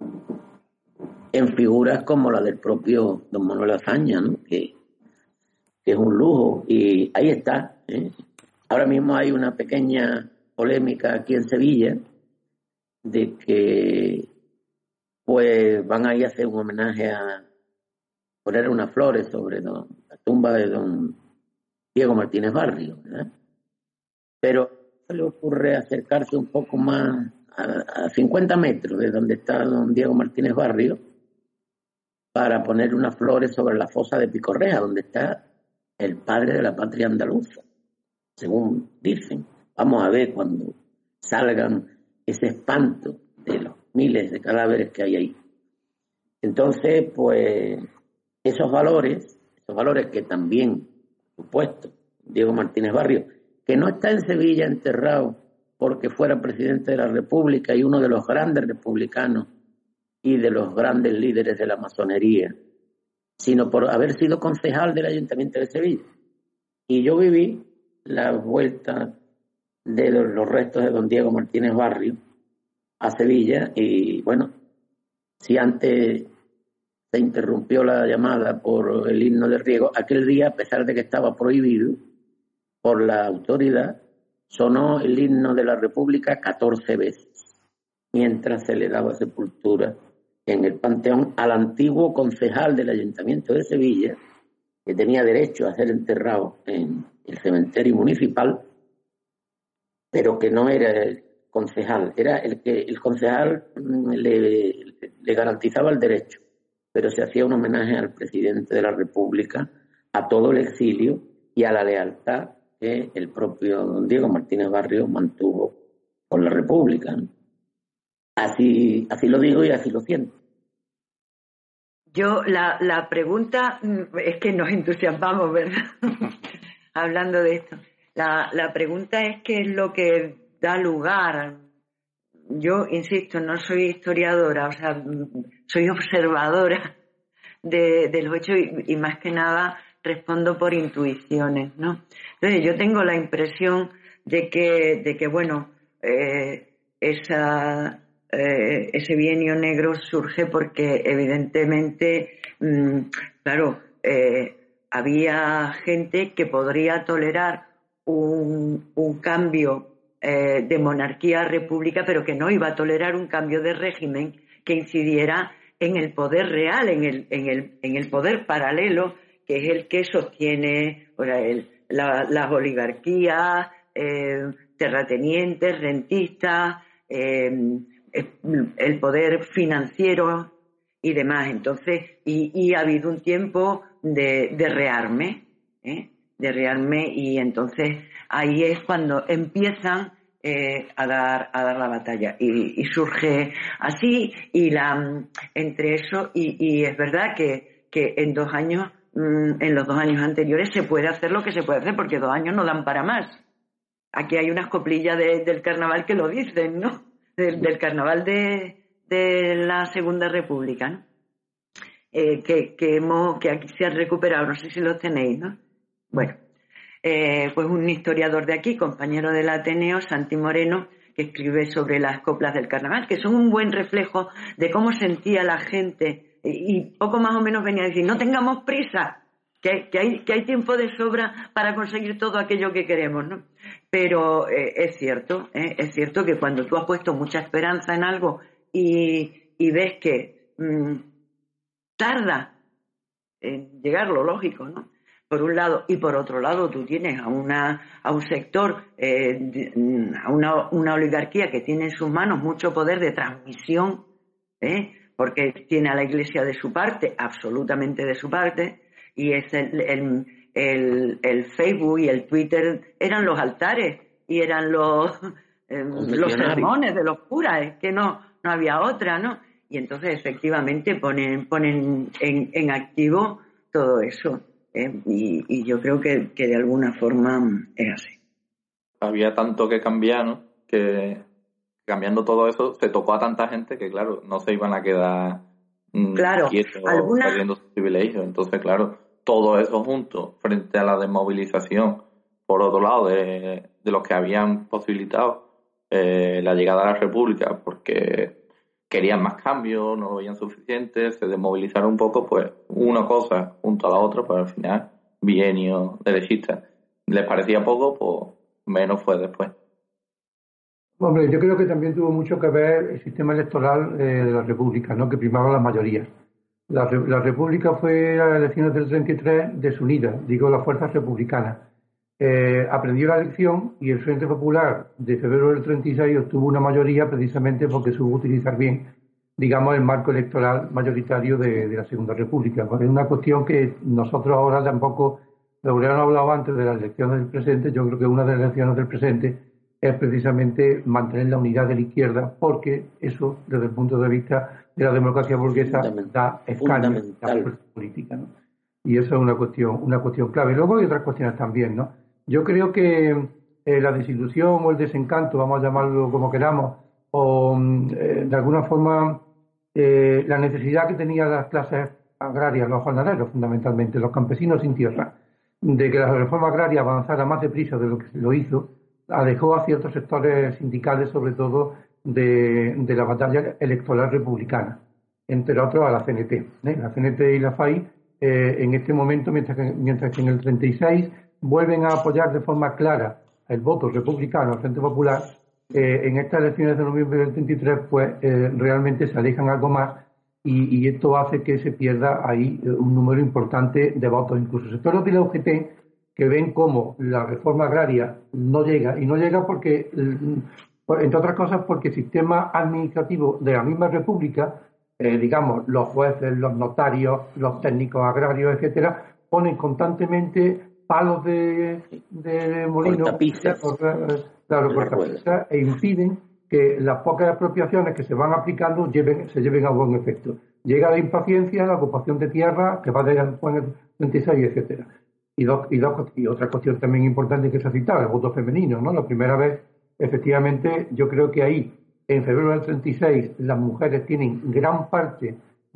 en figuras como la del propio don Manuel Azaña, ¿no? Que es un lujo, y ahí está. Ahora mismo hay una pequeña polémica aquí en Sevilla de que pues van a ir a hacer un homenaje a poner unas flores sobre la tumba de don Diego Martínez Barrio, ¿verdad? Pero se le ocurre acercarse un poco más a 50 metros de donde está don Diego Martínez Barrio para poner unas flores sobre la fosa de Picorreja, donde está el padre de la patria andaluza, según dicen. Vamos a ver cuando salgan ese espanto de los miles de cadáveres que hay ahí. Entonces, pues, esos valores que también, por supuesto, Diego Martínez Barrio, que no está en Sevilla enterrado porque fuera presidente de la República y uno de los grandes republicanos y de los grandes líderes de la masonería, sino por haber sido concejal del Ayuntamiento de Sevilla. Y yo viví la vuelta de los restos de don Diego Martínez Barrio a Sevilla, y bueno, si antes se interrumpió la llamada por el himno de riego, aquel día, a pesar de que estaba prohibido por la autoridad, sonó el himno de la República 14 veces, mientras se le daba sepultura en el Panteón al antiguo concejal del Ayuntamiento de Sevilla, que tenía derecho a ser enterrado en el cementerio municipal, pero que no era el concejal, era el concejal le garantizaba el derecho, pero se hacía un homenaje al presidente de la República, a todo el exilio y a la lealtad que el propio don Diego Martínez Barrio mantuvo con la República, ¿no? Así lo digo y así lo siento. Yo, la pregunta, es que nos entusiasmamos, ¿verdad? Hablando de esto. La pregunta es qué es lo que da lugar. Yo, insisto, no soy historiadora, o sea, soy observadora de los hechos y más que nada respondo por intuiciones, ¿no? Entonces, yo tengo la impresión de que bueno, ese bienio negro surge porque evidentemente, claro, había gente que podría tolerar un cambio de monarquía a república, pero que no iba a tolerar un cambio de régimen que incidiera en el poder real, en el poder paralelo, que es el que sostiene las oligarquías, terratenientes, rentistas, el poder financiero y demás. Entonces, y ha habido un tiempo de rearme, y entonces ahí es cuando empiezan a dar la batalla y surge así, y entre eso y es verdad que en 2 años, en los 2 años anteriores se puede hacer lo que se puede hacer, porque 2 años no dan para más. Aquí hay unas coplillas del carnaval que lo dicen, ¿no? Del carnaval de la Segunda República, ¿no? Que aquí se han recuperado, no sé si los tenéis, ¿no? Bueno, pues un historiador de aquí, compañero del Ateneo, Santi Moreno, que escribe sobre las coplas del carnaval, que son un buen reflejo de cómo sentía la gente, y poco más o menos venía a decir: no tengamos prisa, que hay tiempo de sobra para conseguir todo aquello que queremos, ¿no? Pero es cierto que cuando tú has puesto mucha esperanza en algo y ves que tarda en llegar, lo lógico, ¿no? Por un lado, y por otro lado tú tienes a un sector, a una oligarquía que tiene en sus manos mucho poder de transmisión, porque tiene a la Iglesia de su parte, absolutamente de su parte, y es el Facebook y el Twitter eran los altares y eran los sermones de los curas, es que no había otra, ¿no? Y entonces efectivamente ponen en activo todo eso. Y yo creo que de alguna forma es así. Había tanto que cambiar, ¿no? Que cambiando todo eso se tocó a tanta gente que, claro, no se iban a quedar quietos perdiendo sus privilegios. Entonces, claro, todo eso junto, frente a la desmovilización, por otro lado, de los que habían posibilitado la llegada a la República, porque querían más cambios, no lo veían suficiente, se desmovilizaron un poco, pues una cosa junto a la otra, pues al final, bienio derechista. Les parecía poco, pues menos fue después. Hombre, yo creo que también tuvo mucho que ver el sistema electoral de la República, ¿no? Que primaba las mayorías. La República fue a las elecciones del 33 desunida, digo, las fuerzas republicanas. Aprendió la elección y el Frente Popular de febrero del 36 obtuvo una mayoría precisamente porque supo utilizar bien, digamos, el marco electoral mayoritario de la Segunda República. Porque es una cuestión que nosotros ahora tampoco, Laureano ha hablado antes de las elecciones del presente. Yo creo que una de las elecciones del presente es precisamente mantener la unidad de la izquierda, porque eso, desde el punto de vista de la democracia burguesa, da escaño a la política, ¿no? Y eso es una cuestión clave. Y luego hay otras cuestiones también, ¿no? Yo creo que la desilusión o el desencanto, vamos a llamarlo como queramos, o de alguna forma la necesidad que tenían las clases agrarias, los jornaleros fundamentalmente, los campesinos sin tierra, de que la reforma agraria avanzara más deprisa de lo que se lo hizo, alejó a ciertos sectores sindicales, sobre todo de la batalla electoral republicana, entre otros a la CNT. La CNT y la FAI en este momento, mientras que en el 36 vuelven a apoyar de forma clara el voto republicano al Frente Popular, en estas elecciones de noviembre del 33 pues realmente se alejan algo más y esto hace que se pierda ahí un número importante de votos. Incluso sectores de la UGT que ven cómo la reforma agraria no llega, y no llega porque, entre otras cosas, porque el sistema administrativo de la misma República, digamos, los jueces, los notarios, los técnicos agrarios, etcétera, ponen constantemente palos de molino, cortapisas, e impiden que las pocas expropiaciones que se van aplicando se lleven a buen efecto. Llega la impaciencia, la ocupación de tierra, que va después en el 36, etcétera. Y otra cuestión también importante que se ha citado, el voto femenino, ¿no? La primera vez, efectivamente, yo creo que ahí, en febrero del 36, las mujeres tienen gran parte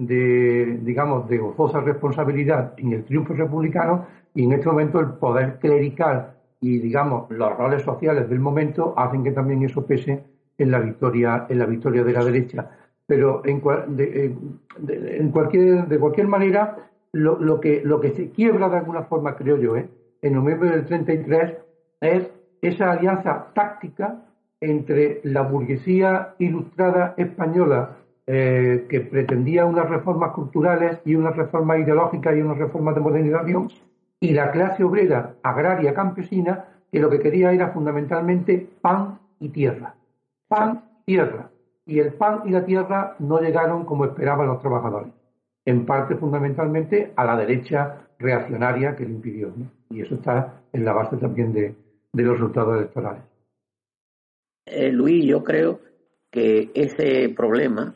de gozosa responsabilidad en el triunfo republicano, y en este momento el poder clerical y, digamos, los roles sociales del momento hacen que también eso pese en la victoria de la derecha. Pero de cualquier manera, lo que se quiebra de alguna forma, creo yo, en noviembre del 33, es esa alianza táctica entre la burguesía ilustrada española, que pretendía unas reformas culturales y unas reformas ideológicas y unas reformas de modernización, y la clase obrera agraria campesina, que lo que quería era fundamentalmente pan y tierra. Pan y tierra. Y el pan y la tierra no llegaron como esperaban los trabajadores. En parte, fundamentalmente, a la derecha reaccionaria que lo impidió, ¿no? Y eso está en la base también de los resultados electorales. Luis, yo creo que ese problema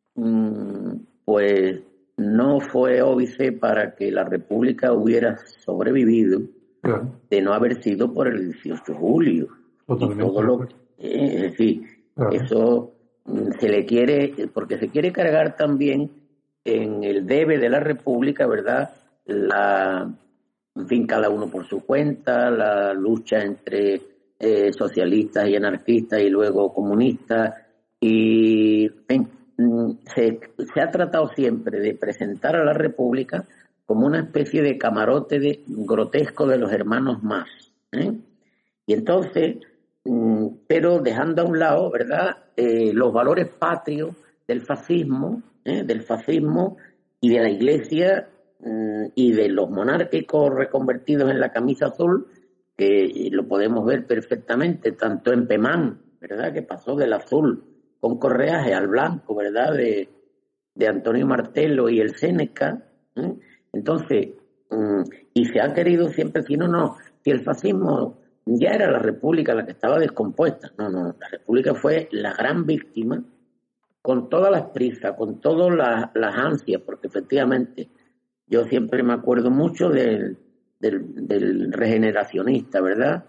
pues no fue óbice para que la República hubiera sobrevivido, claro, de no haber sido por el 18 de julio. Totalmente. Y todo es decir, claro, eso se le quiere, porque se quiere cargar también en el debe de la República, ¿verdad? En fin, cada uno por su cuenta, la lucha entre socialistas y anarquistas y luego comunistas, y en fin, se ha tratado siempre de presentar a la República como una especie de camarote grotesco de los hermanos más, y entonces, pero dejando a un lado, ¿verdad?, los valores patrios del fascismo y de la Iglesia y de los monárquicos reconvertidos en la camisa azul, que lo podemos ver perfectamente, tanto en Pemán, ¿verdad?, que pasó del azul con correaje al blanco, ¿verdad?, de Antonio Martello y el Séneca. Entonces, y se ha querido siempre decir, no, si el fascismo ya era la República la que estaba descompuesta. No, la República fue la gran víctima, con todas las prisas, con todas las ansias, porque efectivamente yo siempre me acuerdo mucho del regeneracionista, ¿verdad?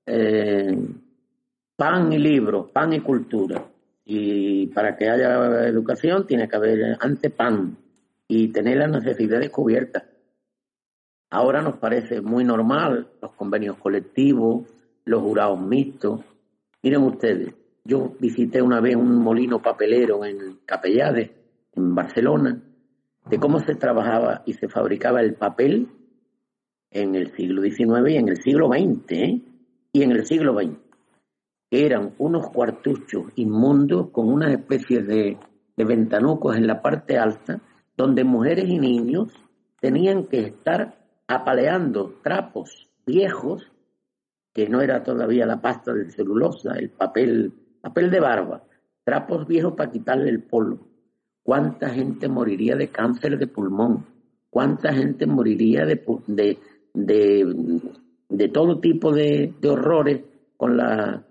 Pan y libros, pan y cultura. Y para que haya educación tiene que haber antes pan y tener las necesidades cubiertas. Ahora nos parece muy normal los convenios colectivos, los jurados mixtos. Miren ustedes, yo visité una vez un molino papelero en Capellades, en Barcelona, de cómo se trabajaba y se fabricaba el papel en el siglo XIX y en el siglo XX, y en el siglo XX. Eran unos cuartuchos inmundos con una especie de ventanucos en la parte alta, donde mujeres y niños tenían que estar apaleando trapos viejos, que no era todavía la pasta de celulosa, el papel de barba, trapos viejos para quitarle el polvo. ¿Cuánta gente moriría de cáncer de pulmón? ¿Cuánta gente moriría de todo tipo de horrores con la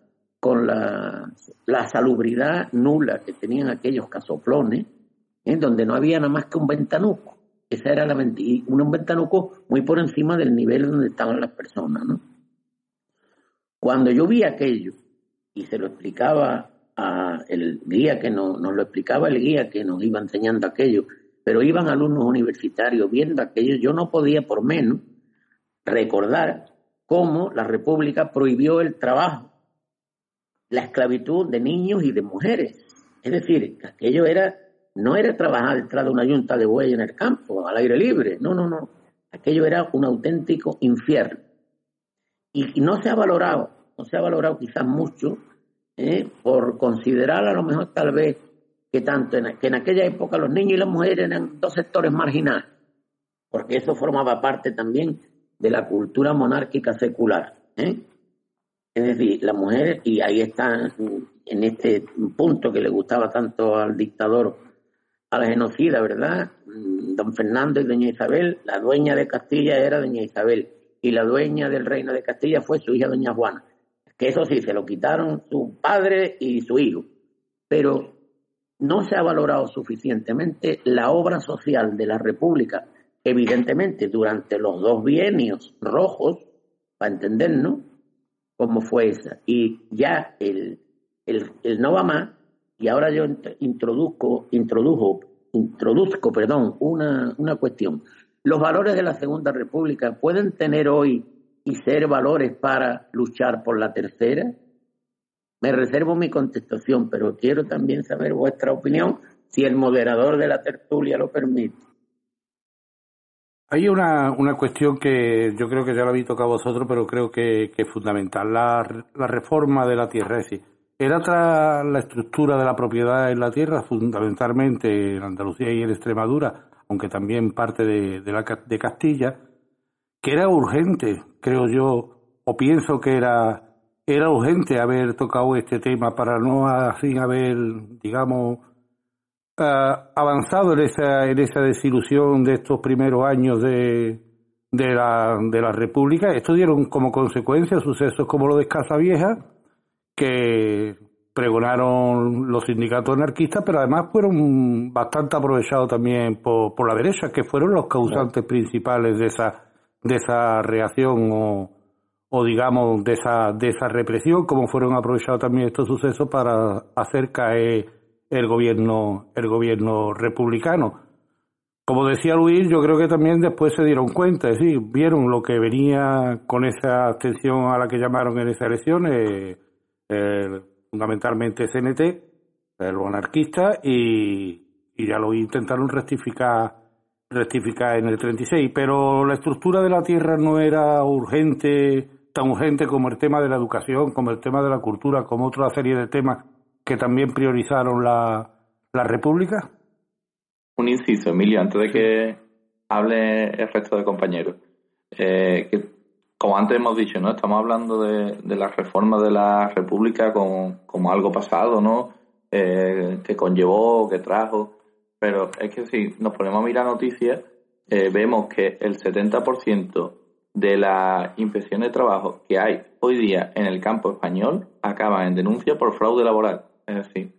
salubridad nula que tenían aquellos casoplones, donde no había nada más que un ventanuco? Esa era un ventanuco muy por encima del nivel donde estaban las personas, ¿no? Cuando yo vi aquello y se lo explicaba a el guía que nos lo explicaba, el guía que nos iba enseñando aquello, pero iban alumnos universitarios viendo aquello, yo no podía por menos recordar cómo la República prohibió el trabajo, la esclavitud de niños y de mujeres. Es decir, que aquello no era trabajar detrás de una yunta de buey en el campo, al aire libre. No. Aquello era un auténtico infierno. Y no se ha valorado quizás mucho, por considerar a lo mejor tal vez que en aquella época los niños y las mujeres eran dos sectores marginales, porque eso formaba parte también de la cultura monárquica secular. Es decir, las mujeres, y ahí están en este punto que le gustaba tanto al dictador, a la genocida, ¿verdad? Don Fernando y doña Isabel, la dueña de Castilla era doña Isabel, y la dueña del reino de Castilla fue su hija doña Juana, que eso sí, se lo quitaron su padre y su hijo, pero no se ha valorado suficientemente la obra social de la República, evidentemente durante los dos bienios rojos, para entendernos cómo fue esa, y ya el no va más. Y ahora yo introduzco una cuestión. ¿Los valores de la Segunda República pueden tener hoy y ser valores para luchar por la tercera? Me reservo mi contestación, pero quiero también saber vuestra opinión, si el moderador de la tertulia lo permite. Hay una cuestión que yo creo que ya lo habéis tocado vosotros, pero creo que es fundamental. La reforma de la tierra, es decir, era la estructura de la propiedad en la tierra, fundamentalmente en Andalucía y en Extremadura, aunque también parte de Castilla, que era urgente, creo yo, o pienso que era urgente haber tocado este tema para no así haber, digamos, avanzado en esa desilusión de estos primeros años de la República. Esto dieron como consecuencia sucesos como lo de Casavieja, que pregonaron los sindicatos anarquistas, pero además fueron bastante aprovechados también por la derecha, que fueron los causantes principales de esa reacción o digamos de esa represión, como fueron aprovechados también estos sucesos para hacer caer el gobierno republicano. Como decía Luis, yo creo que también después se dieron cuenta, es decir, vieron lo que venía con esa abstención a la que llamaron en esa elección, fundamentalmente CNT, los anarquistas, y ya lo intentaron rectificar en el 36, pero la estructura de la tierra no era tan urgente como el tema de la educación, como el tema de la cultura, como otra serie de temas que también priorizaron la República. Un inciso, Emilio, antes de que hable el resto de compañeros. Que, como antes hemos dicho, ¿no? Estamos hablando de la reforma de la República como algo pasado, ¿no? Que conllevó, que trajo. Pero es que si nos ponemos a mirar noticias, vemos que el 70% de las inspecciones de trabajo que hay hoy día en el campo español acaban en denuncia por fraude laboral. Es decir,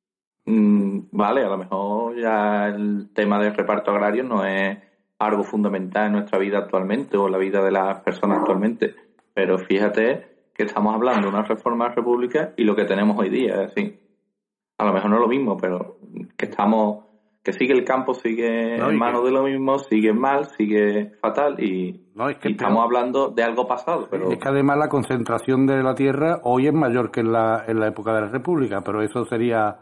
vale, a lo mejor ya el tema del reparto agrario no es algo fundamental en nuestra vida actualmente o en la vida de las personas actualmente, pero fíjate que estamos hablando de una reforma de la República y lo que tenemos hoy día. Es decir, a lo mejor no es lo mismo, pero que sigue el campo, sigue en manos de lo mismo, sigue mal, sigue fatal y estamos hablando de algo pasado. Pero es que además la concentración de la tierra hoy es mayor que en la época de la República, pero eso sería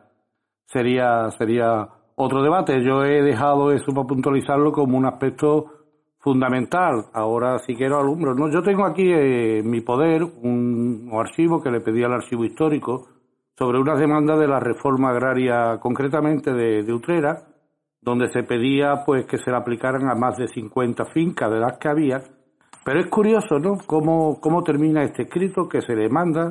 otro debate. Yo he dejado eso para puntualizarlo como un aspecto fundamental. Ahora si quiero alumbro, ¿no? Yo tengo aquí en mi poder un archivo que le pedí al archivo histórico sobre unas demandas de la reforma agraria, concretamente de Utrera, donde se pedía pues que se le aplicaran a más de 50 fincas de las que había. Pero es curioso, ¿no?, cómo termina este escrito que se le manda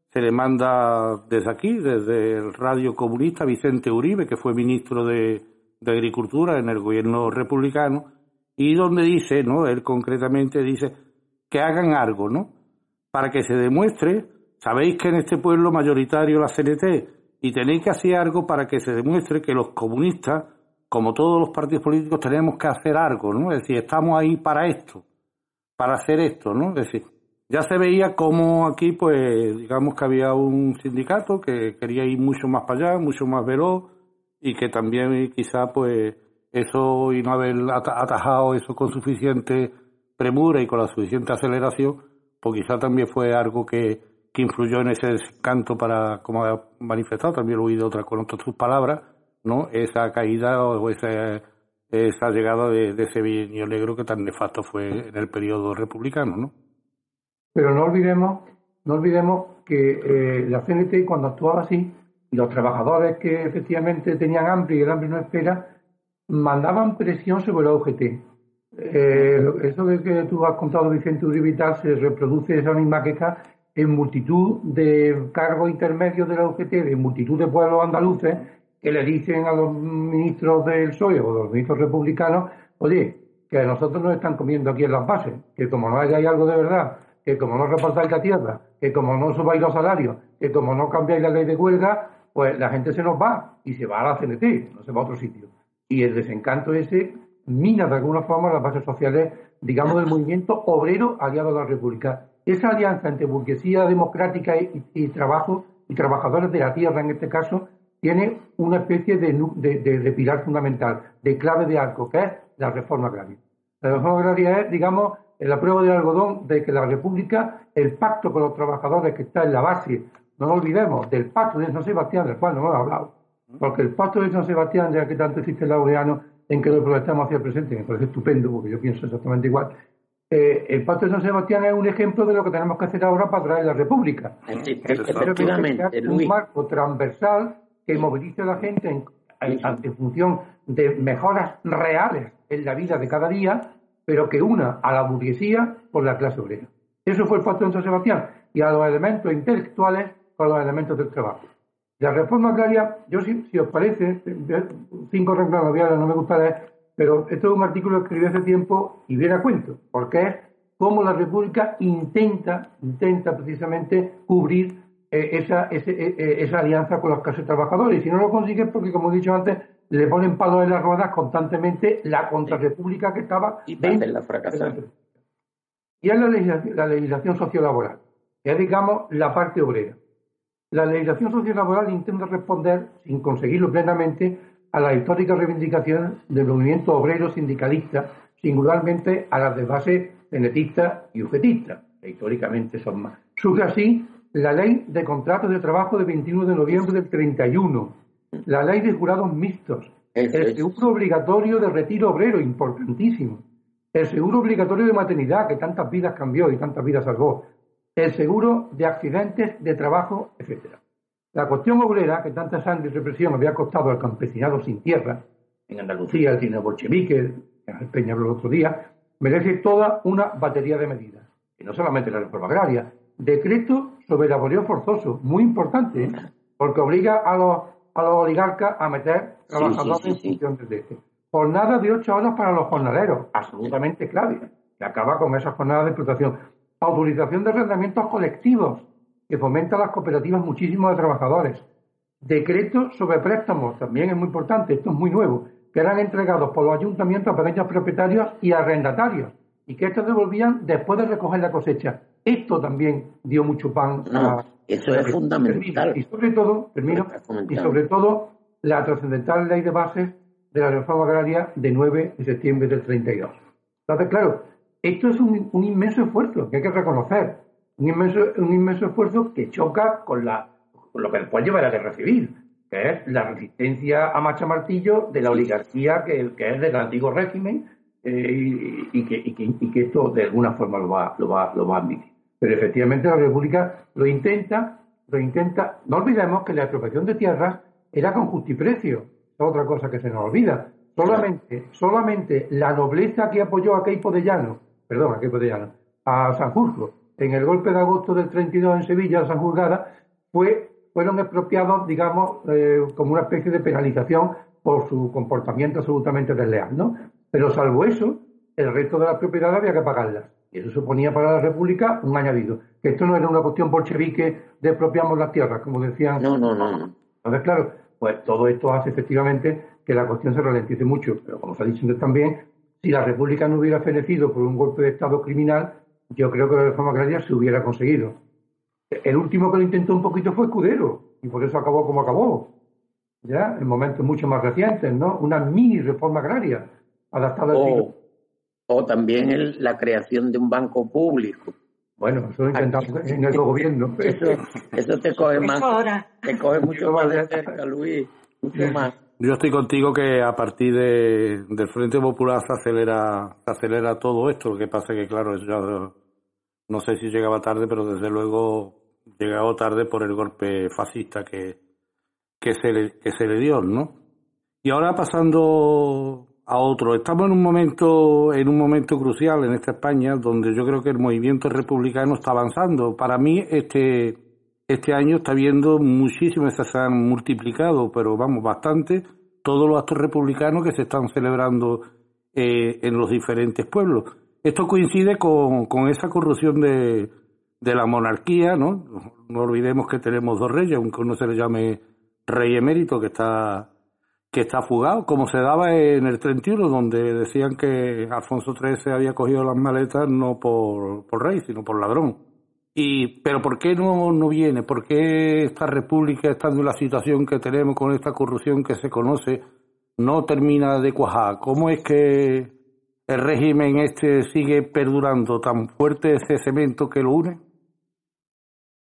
desde aquí, desde el Radio Comunista, Vicente Uribe, que fue ministro de Agricultura en el gobierno republicano, y donde dice, ¿no?, él concretamente dice que hagan algo, ¿no?, para que se demuestre. Sabéis que en este pueblo mayoritario la CNT, y tenéis que hacer algo para que se demuestre que los comunistas, como todos los partidos políticos, tenemos que hacer algo, ¿no? Es decir, estamos ahí para esto, para hacer esto, ¿no? Es decir, ya se veía como aquí, pues, digamos que había un sindicato que quería ir mucho más para allá, mucho más veloz, y que también quizá, pues, eso, y no haber atajado eso con suficiente premura y con la suficiente aceleración, pues quizá también fue algo que influyó en ese desencanto para, como ha manifestado, también lo he oído con otras sus palabras, ¿no?, esa caída o esa llegada de ese bienio negro que tan nefasto fue en el periodo republicano, ¿no? Pero no olvidemos que la CNT, cuando actuaba así, los trabajadores que efectivamente tenían hambre y el hambre no espera, mandaban presión sobre la UGT. Eso que tú has contado, Vicente Uribe y tal, se reproduce esa misma queja en multitud de cargos intermedios de la UGT, de multitud de pueblos andaluces, que le dicen a los ministros del PSOE o los ministros republicanos, oye, que a nosotros nos están comiendo aquí en las bases, que como no hagáis algo de verdad, que como no reportáis la tierra, que como no subáis los salarios, que como no cambiáis la ley de huelga, pues la gente se nos va y se va a la CNT, no se va a otro sitio. Y el desencanto ese mina de alguna forma las bases sociales, digamos, del movimiento obrero aliado a la República. Esa alianza entre burguesía democrática y trabajo y trabajadores de la tierra, en este caso, tiene una especie de pilar fundamental, de clave de arco, que es la reforma agraria. La reforma agraria es, digamos, la prueba del algodón de que la República, el pacto con los trabajadores que está en la base no lo olvidemos, del Pacto de San Sebastián, del cual no hemos hablado. Porque el Pacto de San Sebastián, ya que tanto existe el laureano en que lo proyectamos hacia el presente, me parece estupendo, porque yo pienso exactamente igual. El Pacto de San Sebastián es un ejemplo de lo que tenemos que hacer ahora para traer la República. Efectivamente, un marco transversal que movilice a la gente en función de mejoras reales en la vida de cada día, pero que una a la burguesía con la clase obrera. Eso fue el Pacto de San Sebastián, y a los elementos intelectuales con los elementos del trabajo. La reforma agraria, yo si os parece, 5 reglas labiales no me gusta leer, pero esto es un artículo que escribí hace tiempo y viene a cuento, porque es cómo la República intenta precisamente cubrir esa alianza con las clases trabajadoras. Y si no lo consigue, porque como he dicho antes, le ponen palos en las ruedas constantemente la contrarrepública que estaba dentro de la fracasada. Y es la legislación sociolaboral, que es, digamos, la parte obrera. La legislación sociolaboral intenta responder, sin conseguirlo plenamente, a las históricas reivindicaciones del movimiento obrero sindicalista, singularmente a las de base cenetista y ugetista, que históricamente son más. Surge así la Ley de Contratos de Trabajo de 21 de noviembre del 31, la Ley de Jurados Mixtos, el seguro obligatorio de retiro obrero, importantísimo, el seguro obligatorio de maternidad, que tantas vidas cambió y tantas vidas salvó, el seguro de accidentes de trabajo, etc. La cuestión obrera, que tanta sangre y represión había costado al campesinado sin tierra, en Andalucía, el cine bolchevique, que el Peña habló el otro día, merece toda una batería de medidas. Y no solamente la reforma agraria, decreto sobre el laboreo forzoso, muy importante, porque obliga a los oligarcas a meter trabajadores en función de este. Jornada de 8 horas para los jornaleros, absolutamente clave, que acaba con esas jornadas de explotación. Autorización de arrendamientos colectivos, que fomenta las cooperativas muchísimo de trabajadores. Decretos sobre préstamos, también es muy importante, esto es muy nuevo, que eran entregados por los ayuntamientos a pequeños propietarios y arrendatarios, y que estos devolvían después de recoger la cosecha. Esto también dio mucho pan. Eso es fundamental. Y sobre todo, la trascendental ley de bases de la reforma agraria de 9 de septiembre del 32. Entonces, claro, esto es un inmenso esfuerzo que hay que reconocer. Un inmenso esfuerzo que choca con lo que después lleva a la guerra civil, que es la resistencia a machamartillo de la oligarquía que es del antiguo régimen, y que esto de alguna forma lo va a admitir. Pero efectivamente la República lo intenta. No olvidemos que la expropiación de tierras era con justiprecio, es otra cosa que se nos olvida. Solamente la nobleza que apoyó a Sanjurjo en el golpe de agosto del 32 en Sevilla, Sanjurgada, fueron expropiados, digamos, como una especie de penalización por su comportamiento absolutamente desleal, ¿no? Pero salvo eso, el resto de las propiedades había que pagarlas. Y eso suponía para la República un añadido. Que esto no era una cuestión bolchevique de expropiamos las tierras, como decían. No. Entonces, claro, pues todo esto hace efectivamente que la cuestión se ralentice mucho. Pero como se ha dicho también, si la República no hubiera fenecido por un golpe de Estado criminal, yo creo que la reforma agraria se hubiera conseguido. El último que lo intentó un poquito fue Escudero, y por eso acabó como acabó. Ya, en momentos mucho más recientes, ¿no? Una mini reforma agraria adaptada al siglo. O también la creación de un banco público. Bueno, eso lo intentamos en el gobierno. Eso te coge más. Te coge mucho más de cerca, Luis. Mucho más. Yo estoy contigo que a partir del Frente Popular se acelera todo esto. Lo que pasa es que, claro, ya no sé si llegaba tarde, pero desde luego llegado tarde por el golpe fascista que se le dio, ¿no? Y ahora pasando a otro, estamos en un momento crucial en esta España donde yo creo que el movimiento republicano está avanzando. Para mí este año está viendo muchísimas, se han multiplicado, pero vamos, bastante, todos los actos republicanos que se están celebrando en los diferentes pueblos. Esto coincide con esa corrupción de la monarquía, ¿no? No olvidemos que tenemos 2 reyes, aunque uno se le llame rey emérito, que está fugado, como se daba en el 31, donde decían que Alfonso XIII había cogido las maletas no por rey, sino por ladrón. Pero ¿por qué no viene? ¿Por qué esta república, estando en la situación que tenemos con esta corrupción que se conoce, no termina de cuajar? ¿Cómo es que el régimen sigue perdurando tan fuerte ese cemento que lo une?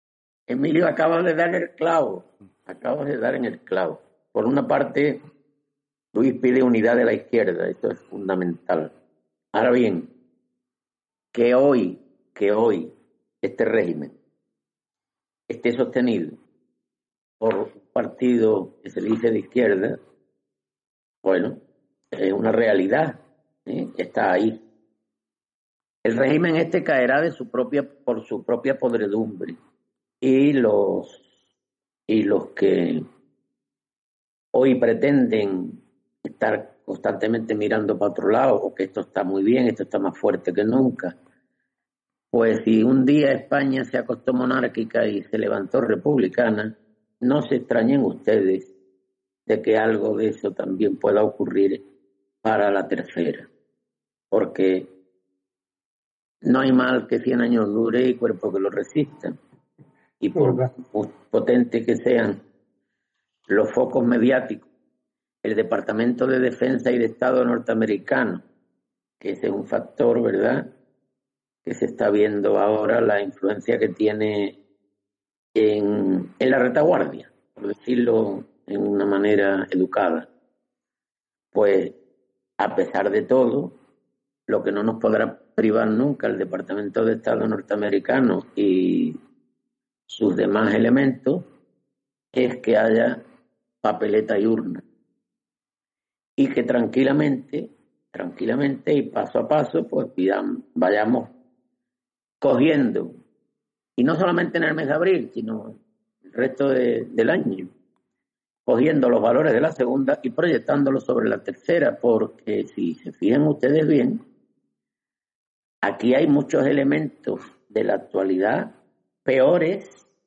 Emilio, acaba de dar el clavo. Acaba de dar en el clavo. Por una parte, Luis pide unidad de la izquierda. Eso es fundamental. Ahora bien, que hoy este régimen esté sostenido por un partido que se dice de izquierda, bueno, es una realidad, está ahí. El régimen este caerá por su propia podredumbre, y los que hoy pretenden estar constantemente mirando para otro lado, o que esto está muy bien, esto está más fuerte que nunca, pues si un día España se acostó monárquica y se levantó republicana, no se extrañen ustedes de que algo de eso también pueda ocurrir para la tercera, porque no hay mal que 100 años dure y cuerpo que lo resista. Y por potente que sean los focos mediáticos, el Departamento de Defensa y de Estado norteamericano, que ese es un factor, ¿verdad?, que se está viendo ahora, la influencia que tiene en la retaguardia, por decirlo en una manera educada. Pues, a pesar de todo, lo que no nos podrá privar nunca el Departamento de Estado norteamericano y sus demás elementos es que haya papeleta y urna. Y que tranquilamente y paso a paso, pues vayamos cogiendo, y no solamente en el mes de abril, sino el resto del año, cogiendo los valores de la segunda y proyectándolos sobre la tercera, porque si se fijan ustedes bien, aquí hay muchos elementos de la actualidad peores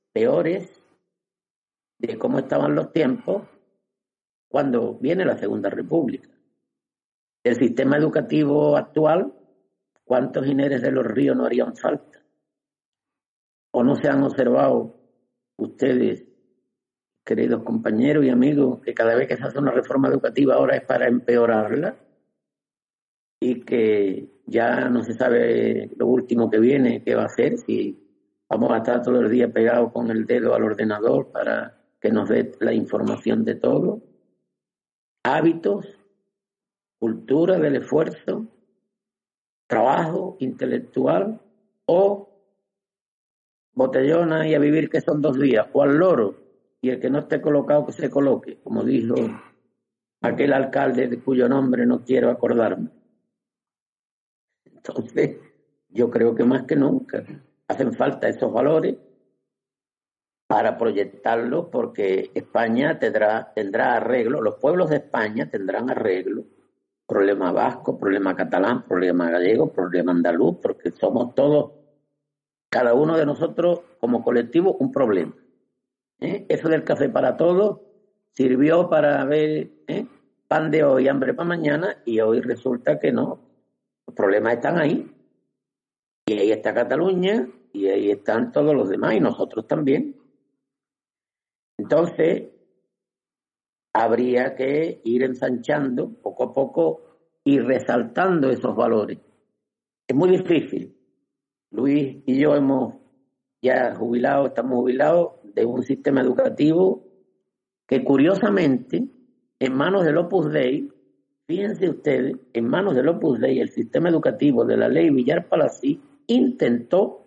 de cómo estaban los tiempos cuando viene la Segunda República. El sistema educativo actual, ¿cuántos Inés de los Ríos no harían falta? ¿O no se han observado ustedes, queridos compañeros y amigos, que cada vez que se hace una reforma educativa ahora es para empeorarla? Y que ya no se sabe lo último que viene, qué va a hacer, si vamos a estar todo el día pegados con el dedo al ordenador para que nos dé la información de todo. Hábitos, cultura del esfuerzo, trabajo intelectual, o botellona y a vivir, que son 2 días, o al loro, y el que no esté colocado que se coloque, como dijo aquel alcalde de cuyo nombre no quiero acordarme. Entonces, yo creo que más que nunca hacen falta esos valores para proyectarlos, porque España tendrá arreglo, los pueblos de España tendrán arreglo, problema vasco, problema catalán, problema gallego, problema andaluz, porque somos todos, cada uno de nosotros como colectivo, un problema. Eso del café para todos sirvió para ver pan de hoy, hambre para mañana, y hoy resulta que no. Los problemas están ahí, y ahí está Cataluña, y ahí están todos los demás, y nosotros también. Entonces, habría que ir ensanchando poco a poco y resaltando esos valores. Es muy difícil. Luis y yo estamos jubilados de un sistema educativo que, curiosamente, en manos del Opus Dei, fíjense ustedes, en manos del Opus Dei, el sistema educativo de la ley Villar Palací intentó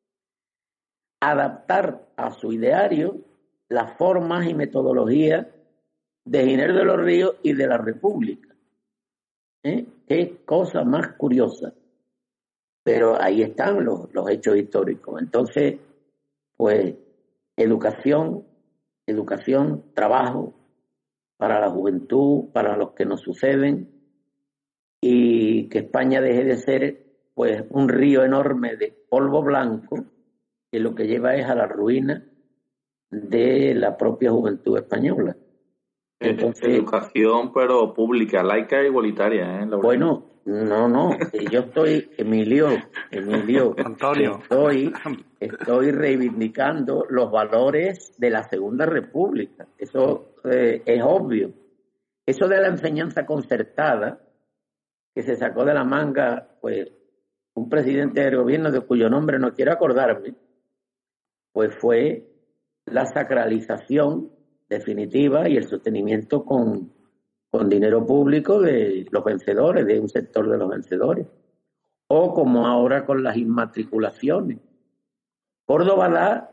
adaptar a su ideario las formas y metodologías de Ginés de los Ríos y de la República. Qué cosa más curiosa. Pero ahí están los hechos históricos. Entonces, pues, educación, trabajo para la juventud, para los que nos suceden, y que España deje de ser, pues, un río enorme de polvo blanco, que lo que lleva es a la ruina de la propia juventud española. Entonces, educación, pero pública, laica e igualitaria, ¿eh? Bueno, no, yo estoy, Emilio, Antonio, estoy reivindicando los valores de la Segunda República. Eso es obvio. Eso de la enseñanza concertada, que se sacó de la manga, pues, un presidente del gobierno de cuyo nombre no quiero acordarme, pues fue la sacralización definitiva y el sostenimiento con dinero público de los vencedores, de un sector de los vencedores. O como ahora con las inmatriculaciones. Córdoba da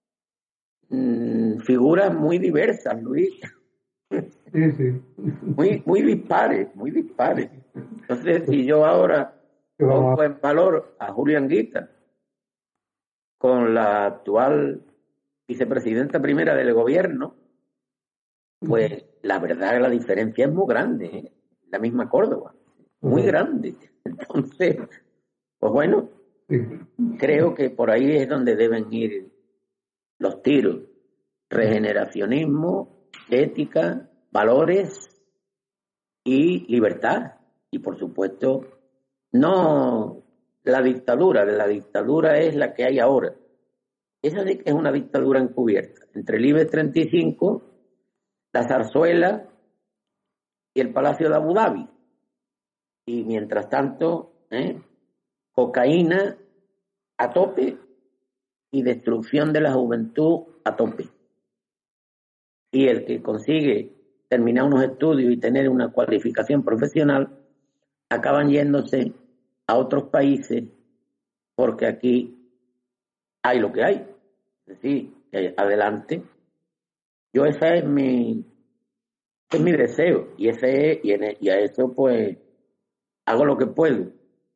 figuras muy diversas, Luis. Sí, sí. Muy dispares. Entonces, si yo ahora pongo en valor a Julio Anguita con la actual vicepresidenta primera del gobierno, pues la verdad que la diferencia es muy grande, ¿eh? La misma Córdoba, muy grande. Entonces, pues bueno, creo que por ahí es donde deben ir los tiros. Regeneracionismo, ética, valores y libertad. Y por supuesto, no la dictadura. La dictadura es la que hay ahora. Esa sí que es una dictadura encubierta. Entre el IBEX 35, la zarzuela y el Palacio de Abu Dhabi. Y mientras tanto, cocaína a tope y destrucción de la juventud a tope. Y el que consigue terminar unos estudios y tener una cualificación profesional, acaban yéndose a otros países porque aquí hay lo que hay. Es decir, adelante. Yo ese es mi deseo y a eso pues hago lo que puedo.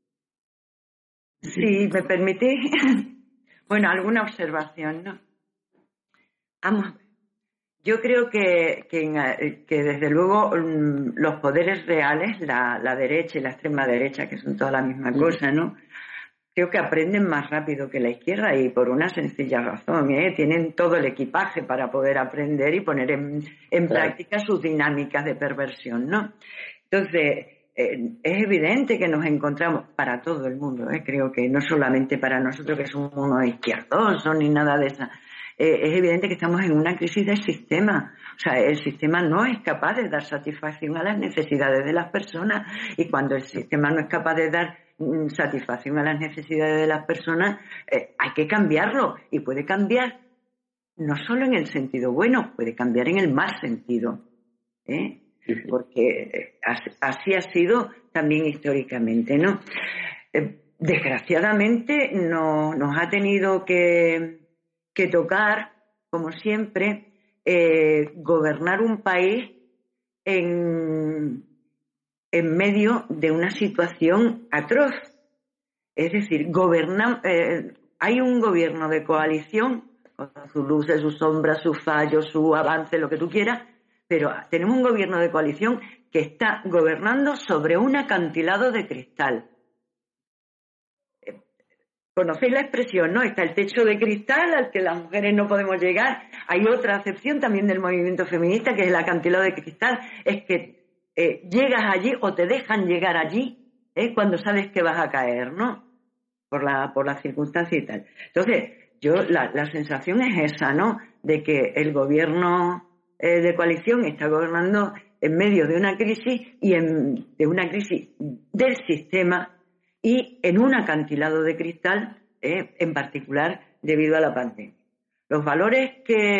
Si me permitís, bueno, alguna observación, ¿no? Vamos, yo creo que desde luego los poderes reales, la derecha y la extrema derecha, que son toda la misma cosa, ¿no? Creo que aprenden más rápido que la izquierda y por una sencilla razón, ¿eh? Tienen todo el equipaje para poder aprender y poner en práctica sus dinámicas de perversión, ¿no? Entonces, es evidente que nos encontramos, para todo el mundo, creo que no solamente para nosotros que somos unos izquierdosos ni nada de eso, es evidente que estamos en una crisis del sistema. O sea, el sistema no es capaz de dar satisfacción a las necesidades de las personas y cuando el sistema no es capaz de dar satisfacción a las necesidades de las personas, hay que cambiarlo y puede cambiar no solo en el sentido bueno, puede cambiar en el mal sentido, porque así ha sido también históricamente, ¿no? Desgraciadamente nos ha tenido que tocar, como siempre, gobernar un país en medio de una situación atroz. Es decir, hay un gobierno de coalición, con sus luces, sus sombras, sus fallos, su avance, lo que tú quieras, pero tenemos un gobierno de coalición que está gobernando sobre un acantilado de cristal. ¿Conocéis la expresión, no? Está el techo de cristal al que las mujeres no podemos llegar. Hay otra acepción también del movimiento feminista, que es el acantilado de cristal. Es que llegas allí o te dejan llegar allí cuando sabes que vas a caer, ¿no? Por la circunstancia y tal. Entonces, la sensación es esa, ¿no? De que el gobierno de coalición está gobernando en medio de una crisis de una crisis del sistema y en un acantilado de cristal, en particular debido a la pandemia. Los valores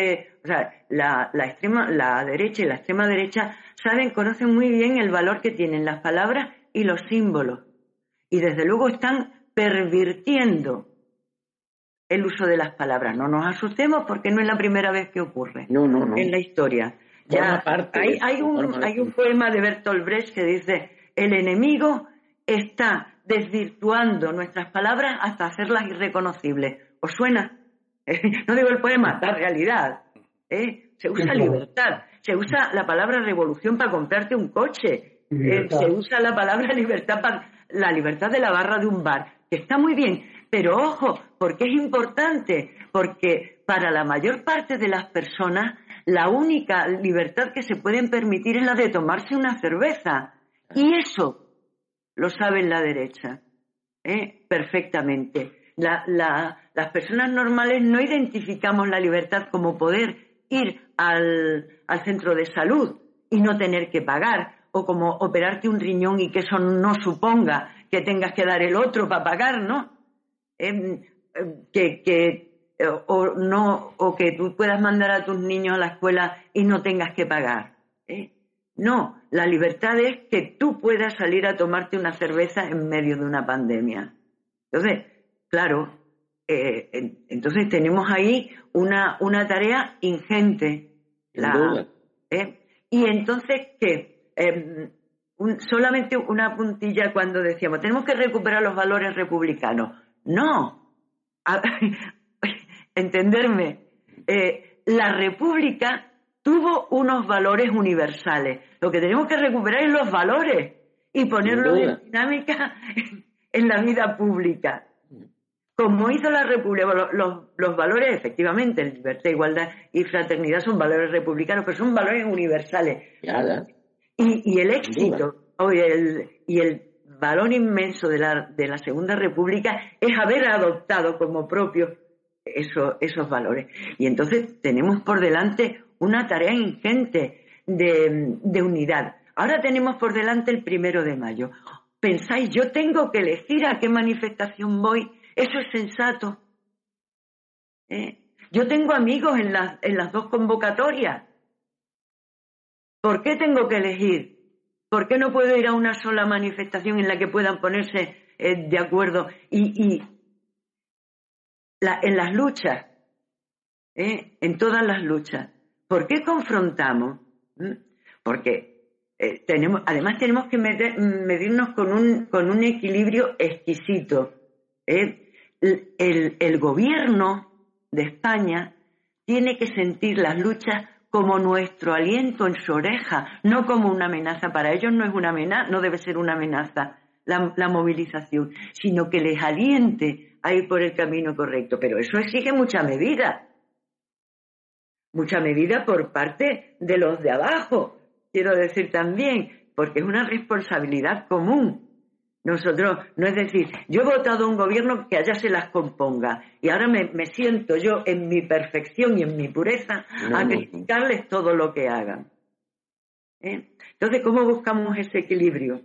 la derecha y la extrema derecha conocen muy bien el valor que tienen las palabras y los símbolos. Y desde luego están pervirtiendo el uso de las palabras. No nos asustemos porque no es la primera vez que ocurre en la historia. Ya hay un poema de Bertolt Brecht que dice: el enemigo está desvirtuando nuestras palabras hasta hacerlas irreconocibles. ¿Os suena? No digo el poema, la realidad. Se usa libertad, se usa la palabra revolución para comprarte un coche, se usa la palabra libertad para la libertad de la barra de un bar, que está muy bien, pero ojo, porque es importante, porque para la mayor parte de las personas la única libertad que se pueden permitir es la de tomarse una cerveza, y eso lo sabe la derecha, perfectamente. Las personas normales no identificamos la libertad como poder ir al centro de salud y no tener que pagar, o como operarte un riñón y que eso no suponga que tengas que dar el otro para pagar, ¿no? Que o que tú puedas mandar a tus niños a la escuela y no tengas que pagar. No, la libertad es que tú puedas salir a tomarte una cerveza en medio de una pandemia. Entonces, claro, entonces tenemos ahí una tarea ingente. Y entonces, ¿qué? Solamente una puntilla cuando decíamos, tenemos que recuperar los valores republicanos. No. Entenderme. La República tuvo unos valores universales. Lo que tenemos que recuperar es los valores y ponerlos en dinámica en la vida pública. Como hizo la República, los valores, efectivamente, libertad, igualdad y fraternidad son valores republicanos, pero son valores universales. Y el éxito y el valor inmenso de la Segunda República es haber adoptado como propios esos valores. Y entonces tenemos por delante una tarea ingente de unidad. Ahora tenemos por delante el 1 de mayo. ¿Pensáis, yo tengo que elegir a qué manifestación voy? Eso es sensato. Yo tengo amigos en las dos convocatorias. ¿Por qué tengo que elegir? ¿Por qué no puedo ir a una sola manifestación en la que puedan ponerse de acuerdo? En las luchas, en todas las luchas. ¿Por qué confrontamos? Porque además tenemos que medirnos con un equilibrio exquisito. El gobierno de España tiene que sentir las luchas como nuestro aliento en su oreja, no como una amenaza. Para ellos no es una amenaza, no debe ser una amenaza la movilización, sino que les aliente a ir por el camino correcto. Pero eso exige mucha medida por parte de los de abajo, quiero decir también, porque es una responsabilidad común. Nosotros, no es decir, yo he votado a un gobierno que allá se las componga y ahora me siento yo en mi perfección y en mi pureza a criticarles todo lo que hagan. Entonces, ¿cómo buscamos ese equilibrio?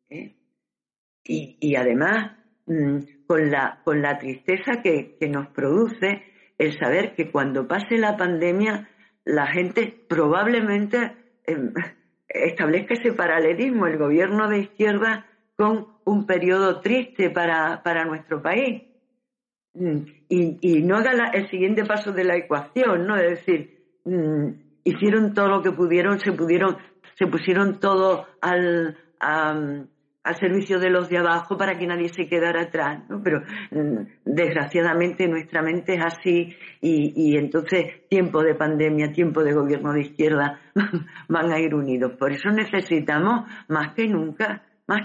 Y además, con la tristeza que nos produce el saber que cuando pase la pandemia la gente probablemente establezca ese paralelismo, el gobierno de izquierda con un periodo triste para nuestro país y no haga el siguiente paso de la ecuación, ¿no? Es decir, hicieron todo lo que pudieron, se pusieron todo al servicio de los de abajo para que nadie se quedara atrás, ¿no? Pero desgraciadamente nuestra mente es así y entonces tiempo de pandemia, tiempo de gobierno de izquierda van a ir unidos. Por eso necesitamos más que nunca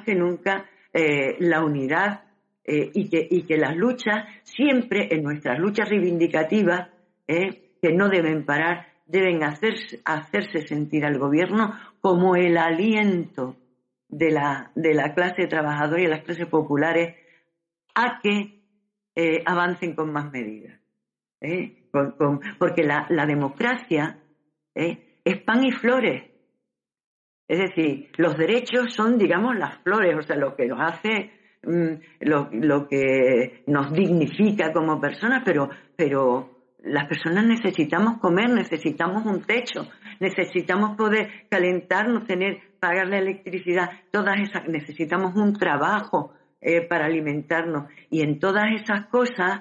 la unidad y que las luchas, siempre en nuestras luchas reivindicativas, que no deben parar, deben hacerse sentir al gobierno como el aliento de la clase trabajadora y de las clases populares a que avancen con más medidas. Porque la democracia es pan y flores. Es decir, los derechos son, digamos, las flores, o sea, lo que nos hace, lo que nos dignifica como personas, pero las personas necesitamos comer, necesitamos un techo, necesitamos poder calentarnos, pagar la electricidad, necesitamos un trabajo para alimentarnos. Y en todas esas cosas,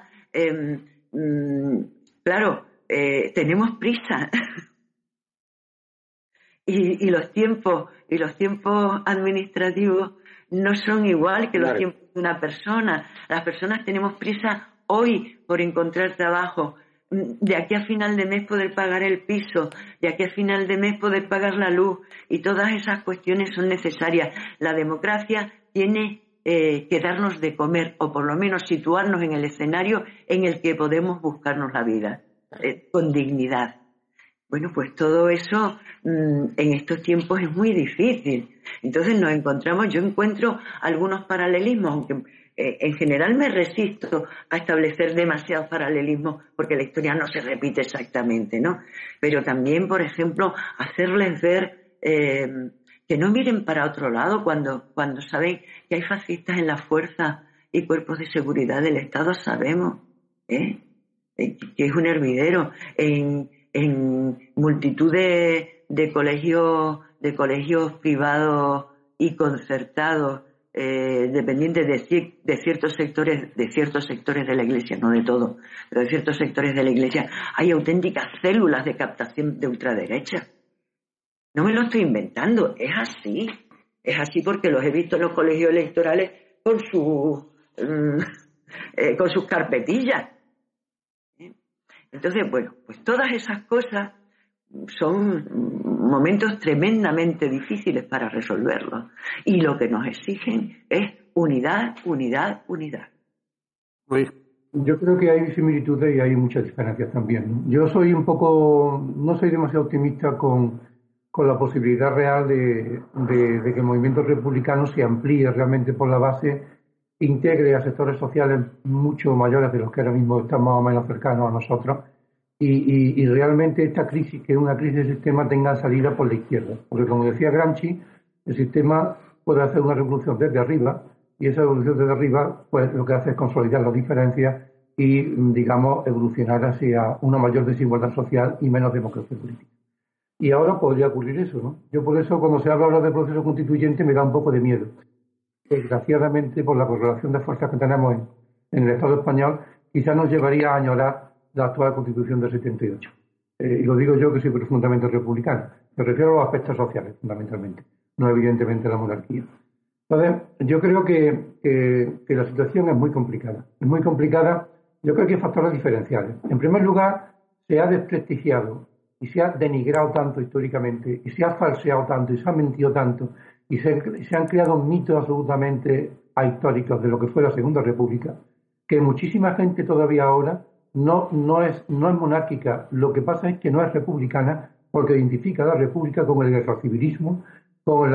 claro, tenemos prisa. Y los tiempos administrativos no son igual que los tiempos de una persona. Las personas tenemos prisa hoy por encontrar trabajo, de aquí a final de mes poder pagar el piso, de aquí a final de mes poder pagar la luz, y todas esas cuestiones son necesarias. La democracia tiene que darnos de comer, o por lo menos situarnos en el escenario en el que podemos buscarnos la vida con dignidad. Bueno, pues todo eso en estos tiempos es muy difícil. Entonces yo encuentro algunos paralelismos, aunque en general me resisto a establecer demasiados paralelismos porque la historia no se repite exactamente, ¿no? Pero también, por ejemplo, hacerles ver que no miren para otro lado cuando saben que hay fascistas en las fuerzas y cuerpos de seguridad del Estado, sabemos, que es un hervidero, en multitud de colegios privados y concertados, dependientes de ciertos sectores de la Iglesia, no de todo, pero de ciertos sectores de la Iglesia, hay auténticas células de captación de ultraderecha. No me lo estoy inventando, es así porque los he visto en los colegios electorales con sus carpetillas. Entonces, bueno, pues todas esas cosas son momentos tremendamente difíciles para resolverlos. Y lo que nos exigen es unidad, unidad, unidad. Pues yo creo que hay similitudes y hay muchas diferencias también, ¿no? Yo soy no soy demasiado optimista con la posibilidad real de que el movimiento republicano se amplíe realmente por la base, integre a sectores sociales mucho mayores de los que ahora mismo están más o menos cercanos a nosotros, y realmente esta crisis, que es una crisis del sistema, tenga salida por la izquierda. Porque, como decía Gramsci, el sistema puede hacer una revolución desde arriba, y esa revolución desde arriba pues lo que hace es consolidar las diferencias y, digamos, evolucionar hacia una mayor desigualdad social y menos democracia política. Y ahora podría ocurrir eso, ¿no? Yo por eso, cuando se habla ahora de proceso constituyente, me da un poco de miedo. Desgraciadamente, por la correlación de fuerzas que tenemos en el Estado español, quizás nos llevaría a añorar la actual Constitución del 78. Y lo digo yo, que soy profundamente republicano. Me refiero a los aspectos sociales, fundamentalmente, no evidentemente a la monarquía. Entonces, yo creo que la situación es muy complicada. Es muy complicada. Yo creo que hay factores diferenciales. En primer lugar, se ha desprestigiado y se ha denigrado tanto históricamente, y se ha falseado tanto, y se ha mentido tanto, y se han creado mitos absolutamente ahistóricos de lo que fue la Segunda República, que muchísima gente todavía ahora no es monárquica. Lo que pasa es que no es republicana, porque identifica a la república con el guerrocivilismo, con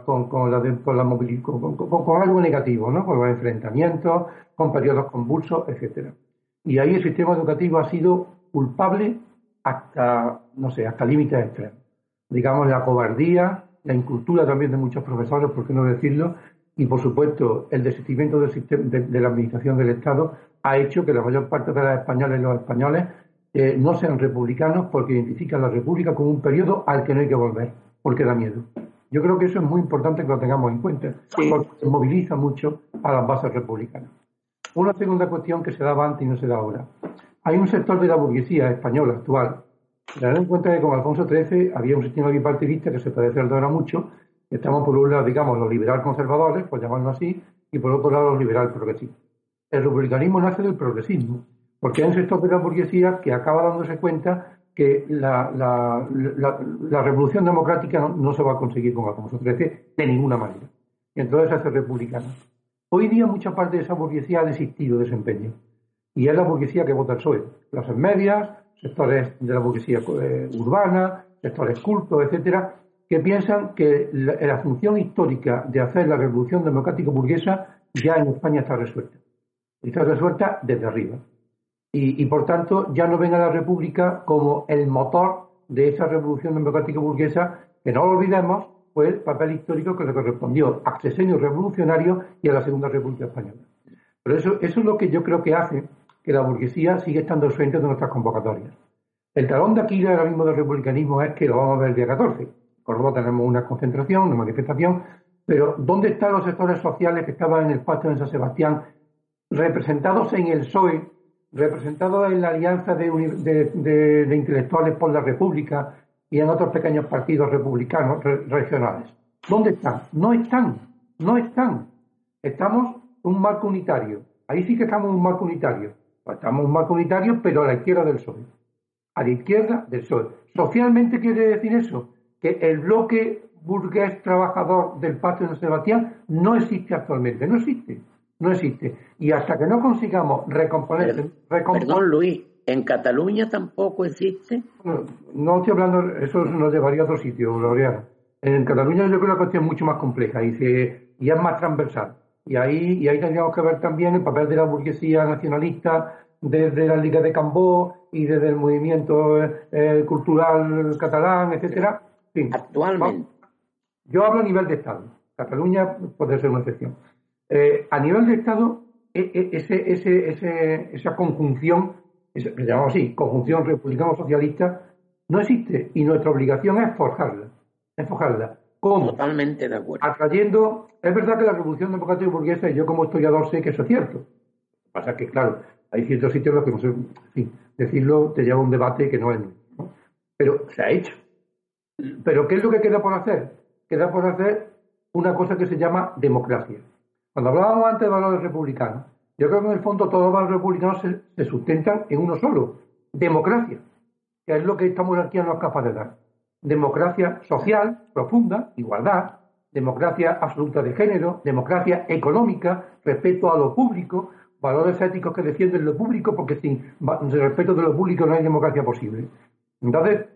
algo negativo, ¿no? Con los enfrentamientos, con periodos convulsos, etcétera. Y ahí el sistema educativo ha sido culpable hasta límites extremos. Digamos, la cobardía, la incultura también de muchos profesores, por qué no decirlo, y por supuesto el desistimiento del sistema, de la administración del Estado, ha hecho que la mayor parte de las españolas y los españoles no sean republicanos, porque identifican la república como un periodo al que no hay que volver, porque da miedo. Yo creo que eso es muy importante que lo tengamos en cuenta, porque moviliza mucho a las bases republicanas. Una segunda cuestión que se daba antes y no se da ahora. Hay un sector de la burguesía española actual. Tener en cuenta que con Alfonso XIII había un sistema bipartidista que se parece al de ahora mucho. Estamos por un lado, digamos, los liberal conservadores, por llamarlo así, y por otro lado los liberal progresistas. El republicanismo nace del progresismo, porque hay un sector de la burguesía que acaba dándose cuenta que la revolución democrática no se va a conseguir con Alfonso XIII de ninguna manera. Y entonces se hace republicana. Hoy día mucha parte de esa burguesía ha desistido de ese empeño. Y es la burguesía que vota el PSOE. Clases medias, sectores de la burguesía urbana, sectores cultos, etcétera, que piensan que la función histórica de hacer la revolución democrática burguesa ya en España está resuelta. Está resuelta desde arriba. Y por tanto ya no ven a la República como el motor de esa revolución democrática burguesa, que no lo olvidemos, fue el papel histórico que le correspondió al sexenio revolucionario y a la Segunda República Española. Pero eso es lo que yo creo que hace que la burguesía sigue estando al frente de nuestras convocatorias. El talón de Aquiles ahora mismo del republicanismo es que lo vamos a ver el día 14. En Córdoba tenemos una concentración, una manifestación, pero ¿dónde están los sectores sociales que estaban en el pacto de San Sebastián, representados en el PSOE, representados en la alianza de intelectuales por la República y en otros pequeños partidos republicanos regionales? ¿Dónde están? No están. Estamos en un marco unitario. Ahí sí que estamos en un marco unitario. Estamos en un marco unitario, pero a la izquierda del PSOE. A la izquierda del PSOE. Socialmente quiere decir eso, que el bloque burgués trabajador del pacto de San Sebastián no existe actualmente. No existe. Y hasta que no consigamos recomponer... Perdón, Luis, ¿en Cataluña tampoco existe? No estoy hablando, eso nos llevaría a otro sitio, Laureano. En Cataluña yo creo que la cuestión es mucho más compleja y es más transversal. Y ahí tendríamos que ver también el papel de la burguesía nacionalista desde la Liga de Cambó y desde el movimiento cultural catalán, etcétera. En fin, actualmente. Yo hablo a nivel de Estado. Cataluña puede ser una excepción. A nivel de Estado, esa conjunción que llamamos así, conjunción republicano-socialista, no existe y nuestra obligación es forjarla. ¿Cómo? Totalmente de acuerdo. Atrayendo, es verdad que la revolución democrática y burguesa, y yo como historiador sé que eso es cierto. Lo que pasa es que, claro, hay ciertos sitios en los que no sé, en fin, decirlo te lleva a un debate que no es nuevo, ¿no? Pero se ha hecho. Pero ¿qué es lo que queda por hacer? Queda por hacer una cosa que se llama democracia. Cuando hablábamos antes de valores republicanos, yo creo que en el fondo todos los valores republicanos se sustentan en uno solo: democracia, que es lo que esta monarquía no es capaz de dar. Democracia social, profunda, igualdad, democracia absoluta de género, democracia económica, respeto a lo público, valores éticos que defienden lo público, porque sin respeto de lo público no hay democracia posible. Entonces,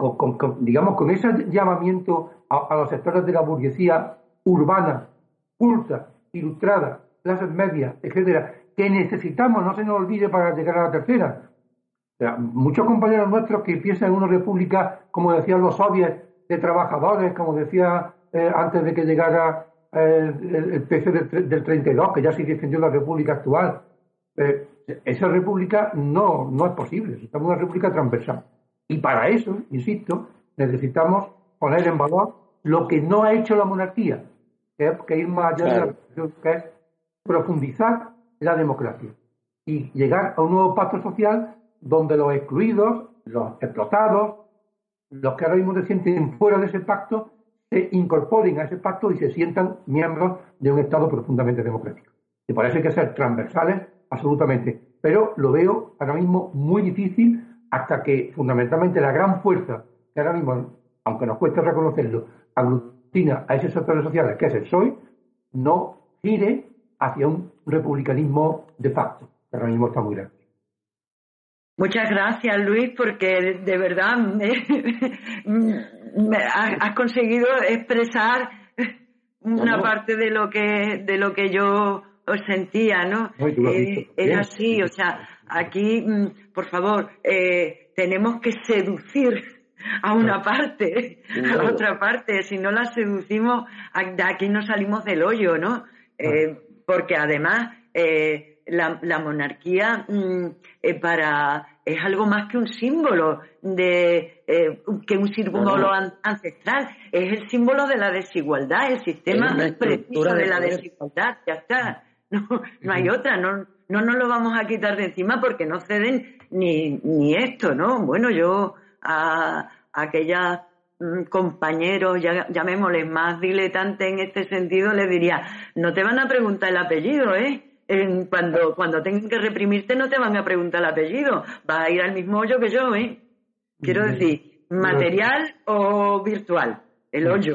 con ese llamamiento a los sectores de la burguesía urbana, culta, ilustrada, clases medias, etcétera, que necesitamos, no se nos olvide, para llegar a la tercera. O sea, muchos compañeros nuestros que piensan en una república, como decían los soviets, de trabajadores, como decía antes de que llegara el PC del 32, que ya se defendió la república actual. Esa república no es posible, necesitamos una república transversal. Y para eso, insisto, necesitamos poner en valor lo que no ha hecho la monarquía, que es ir más allá de la revolución, que es profundizar la democracia y llegar a un nuevo pacto social donde los excluidos, los explotados, los que ahora mismo se sienten fuera de ese pacto, se incorporen a ese pacto y se sientan miembros de un Estado profundamente democrático. Y por eso hay que ser transversales, absolutamente. Pero lo veo ahora mismo muy difícil, hasta que fundamentalmente la gran fuerza que ahora mismo, aunque nos cueste reconocerlo, aglutina a esos sectores sociales, que es el PSOE, no gire hacia un republicanismo de facto, que ahora mismo está muy grande. Muchas gracias, Luis, porque de verdad has conseguido expresar una parte de lo que yo os sentía, ¿no? Es así, o sea, aquí, por favor, tenemos que seducir a una parte, a la otra parte. Si no la seducimos, de aquí no salimos del hoyo, ¿no? Porque además la monarquía es algo más que un símbolo que un símbolo ancestral, es el símbolo de la desigualdad, el sistema preciso de la desigualdad, ya está, no hay otra, no nos lo vamos a quitar de encima porque no ceden ni esto, ¿no? Bueno, yo a aquellas compañeros, llamémosles más diletantes en este sentido, les diría, no te van a preguntar el apellido, cuando tengan que reprimirte no te van a preguntar el apellido, vas a ir al mismo hoyo que yo, quiero decir, material o virtual, el hoyo.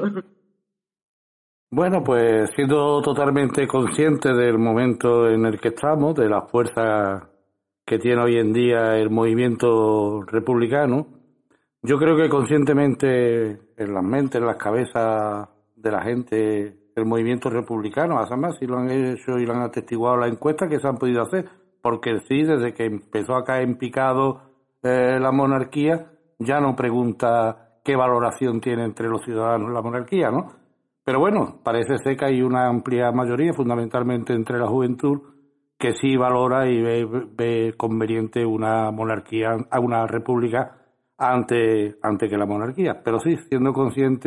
Bueno, pues siendo totalmente consciente del momento en el que estamos, de la fuerza que tiene hoy en día el movimiento republicano, yo creo que conscientemente en las mentes, en las cabezas de la gente, el movimiento republicano, además si lo han hecho y lo han atestiguado las encuestas que se han podido hacer, porque sí, desde que empezó a caer en picado la monarquía, ya no pregunta qué valoración tiene entre los ciudadanos la monarquía, ¿no? Pero bueno, parece ser que hay una amplia mayoría, fundamentalmente entre la juventud, que sí valora y ve conveniente una monarquía, una república ante que la monarquía. Pero sí, siendo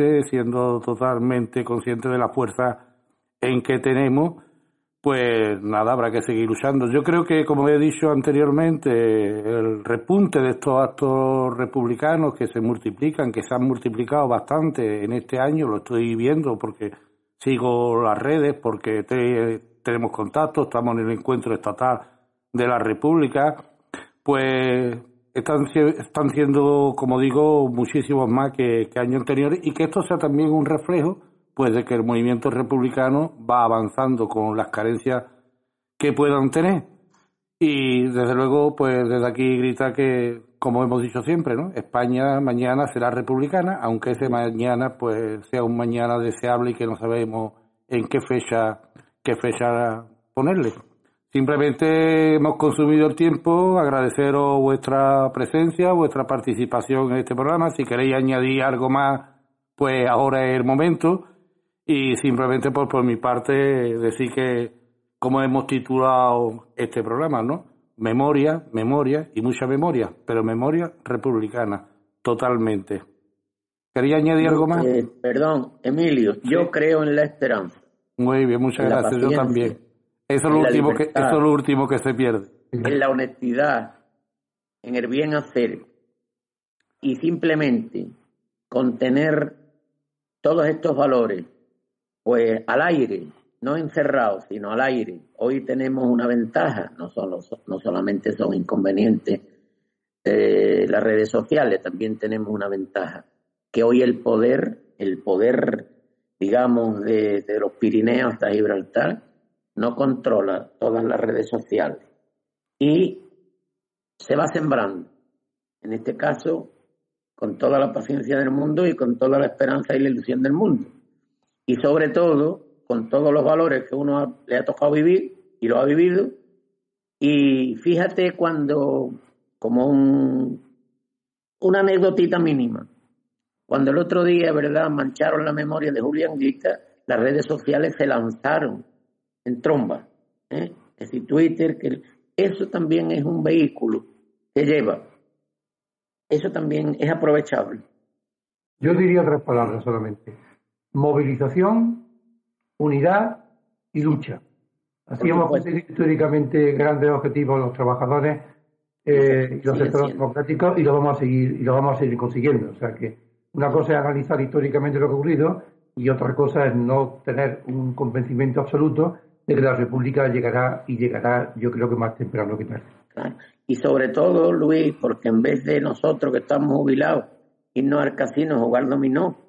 totalmente consciente de la fuerza en que tenemos, pues nada, habrá que seguir luchando. Yo creo que, como he dicho anteriormente, el repunte de estos actos republicanos que se multiplican, que se han multiplicado bastante en este año, lo estoy viendo porque sigo las redes, porque tenemos contacto, estamos en el encuentro estatal de la República, pues están siendo, como digo, muchísimos más que años anteriores, y que esto sea también un reflejo pues de que el movimiento republicano va avanzando con las carencias que puedan tener. Y desde luego, pues desde aquí grita que, como hemos dicho siempre, ¿no? España mañana será republicana, aunque ese mañana pues sea un mañana deseable y que no sabemos en qué fecha ponerle. Simplemente hemos consumido el tiempo, agradeceros vuestra presencia, vuestra participación en este programa. Si queréis añadir algo más, pues ahora es el momento. Y simplemente por mi parte decir que, como hemos titulado este programa, ¿no? memoria y mucha memoria, pero memoria republicana, totalmente. ¿Quería añadir algo más? Perdón, Emilio, yo creo en la esperanza. Muy bien, muchas gracias, yo también. Eso es lo último que se pierde. En la honestidad, en el bien hacer, y simplemente contener todos estos valores, pues al aire, no encerrados, sino al aire. Hoy tenemos una ventaja, no solamente son inconvenientes las redes sociales, también tenemos una ventaja, que hoy el poder, digamos, de los Pirineos hasta Gibraltar, no controla todas las redes sociales. Y se va sembrando, en este caso, con toda la paciencia del mundo y con toda la esperanza y la ilusión del mundo. Y sobre todo, con todos los valores que uno le ha tocado vivir y lo ha vivido. Y fíjate cuando, como una anécdotita mínima, cuando el otro día, ¿verdad?, mancharon la memoria de Julián Guita, las redes sociales se lanzaron en tromba. Es decir, Twitter, que eso también es un vehículo que lleva. Eso también es aprovechable. Yo diría 3 palabras solamente. Movilización, unidad y lucha. Así hemos conseguido históricamente grandes objetivos los trabajadores y los sectores democráticos, y lo vamos a seguir consiguiendo. O sea que una cosa es analizar históricamente lo que ha ocurrido y otra cosa es no tener un convencimiento absoluto de que la República llegará, yo creo que más temprano que tarde. Claro. Y sobre todo, Luis, porque en vez de nosotros que estamos jubilados irnos al casino a jugar dominó,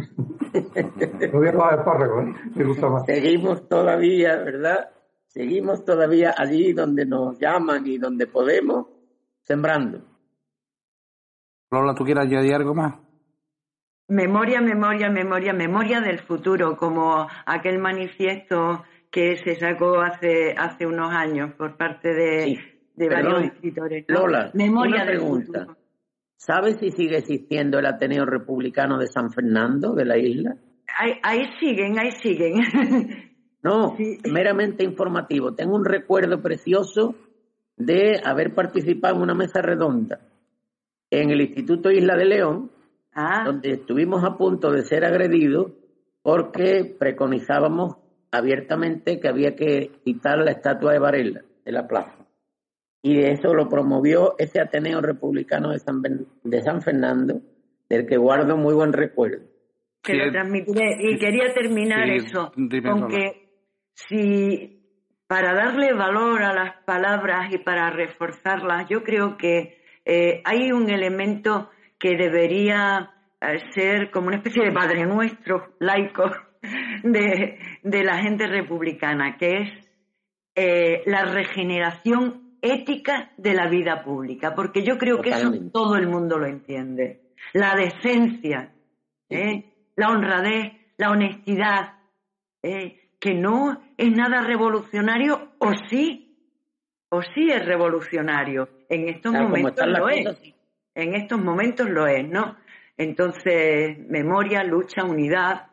me gusta más. Seguimos todavía, ¿verdad? Seguimos todavía allí donde nos llaman y donde podemos, sembrando. Lola, ¿tú quieres añadir algo más? Memoria del futuro, como aquel manifiesto que se sacó hace unos años por parte de varios escritores. Lola, memoria una pregunta. ¿Sabes si sigue existiendo el Ateneo Republicano de San Fernando, de la isla? Ahí siguen. No, sí. Meramente informativo. Tengo un recuerdo precioso de haber participado en una mesa redonda en el Instituto Isla de León, donde estuvimos a punto de ser agredidos porque preconizábamos abiertamente que había que quitar la estatua de Varela de la plaza. Y eso lo promovió ese Ateneo Republicano de San Fernando, del que guardo muy buen recuerdo. Que lo transmitiré. Y quería terminar con que si para darle valor a las palabras y para reforzarlas, yo creo que hay un elemento que debería ser como una especie de Padre Nuestro laico de la gente republicana, que es la regeneración ética de la vida pública, porque yo creo que eso todo el mundo lo entiende. La decencia, la honradez, la honestidad, que no es nada revolucionario, o sí es revolucionario. En estos momentos lo es. En estos momentos lo es, ¿no? Entonces, memoria, lucha, unidad,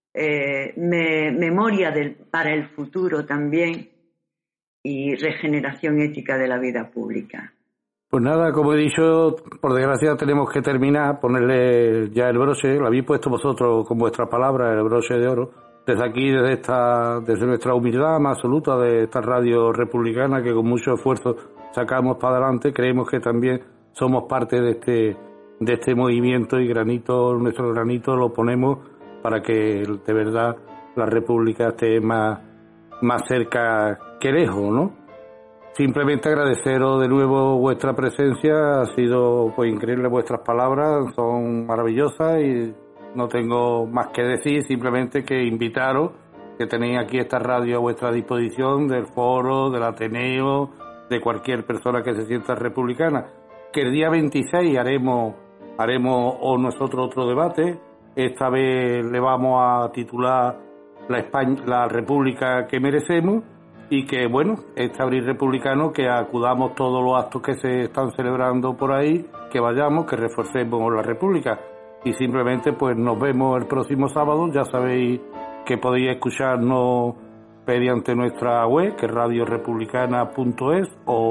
memoria para el futuro también, y regeneración ética de la vida pública. Pues nada, como he dicho, por desgracia tenemos que terminar, ponerle ya el broche, lo habéis puesto vosotros con vuestras palabras, el broche de oro, desde aquí, desde nuestra humildad más absoluta de esta radio republicana que con mucho esfuerzo sacamos para adelante. Creemos que también somos parte de este movimiento y nuestro granito lo ponemos para que de verdad la República esté más cerca que lejos, ¿no? Simplemente agradeceros de nuevo vuestra presencia, ha sido pues increíble vuestras palabras, son maravillosas y no tengo más que decir, simplemente que invitaros, que tenéis aquí esta radio a vuestra disposición, del foro, del Ateneo, de cualquier persona que se sienta republicana, que el día 26 haremos nosotros otro debate, esta vez le vamos a titular la República que merecemos, y que, bueno, este abril republicano, que acudamos todos los actos que se están celebrando por ahí, que vayamos, que reforcemos la República. Y simplemente, pues nos vemos el próximo sábado. Ya sabéis que podéis escucharnos mediante nuestra web, que es radiorepublicana.es, o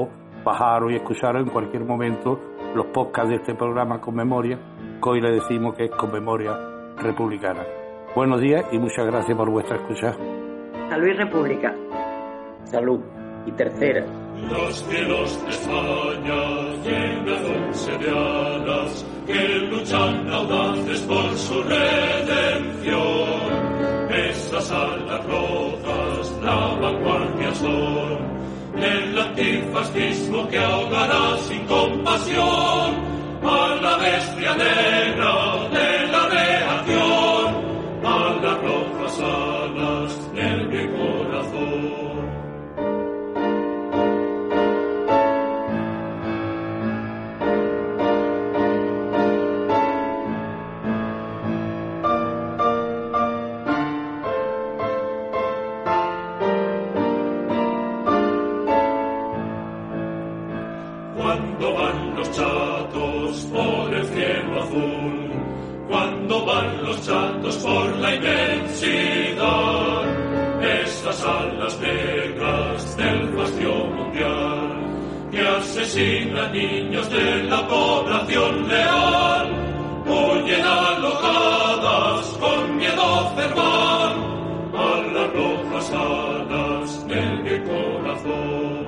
bajaros y escucharos en cualquier momento los podcasts de este programa Con Memoria, que hoy le decimos que es Con Memoria Republicana. Buenos días y muchas gracias por vuestra escucha. Salud y República. Salud. Y tercera. Los cielos de España llenadonse de alas que luchan audaces por su redención. Esas alas rojas la vanguardia son del antifascismo que ahogará sin compasión a la bestia negra de la reacción, a las rojas alas del mi corazón. Cuando van los chatos por el cielo azul, cuando van los chatos por la inmensidad, esas alas negras del bastión mundial que asesinan niños de la población leal, huyen alojadas con miedo cerval a las rojas alas del mi corazón.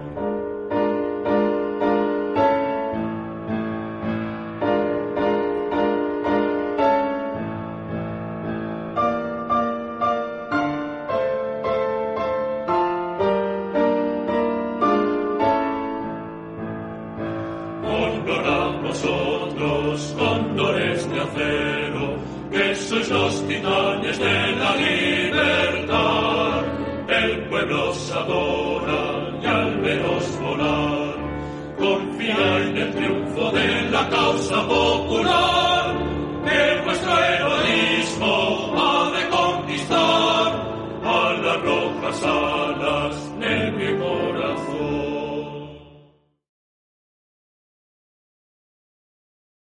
Vosotros, cóndores de acero, que sois los titanes de la libertad. El pueblo os adora y al veros volar, confía en el triunfo de la causa popular.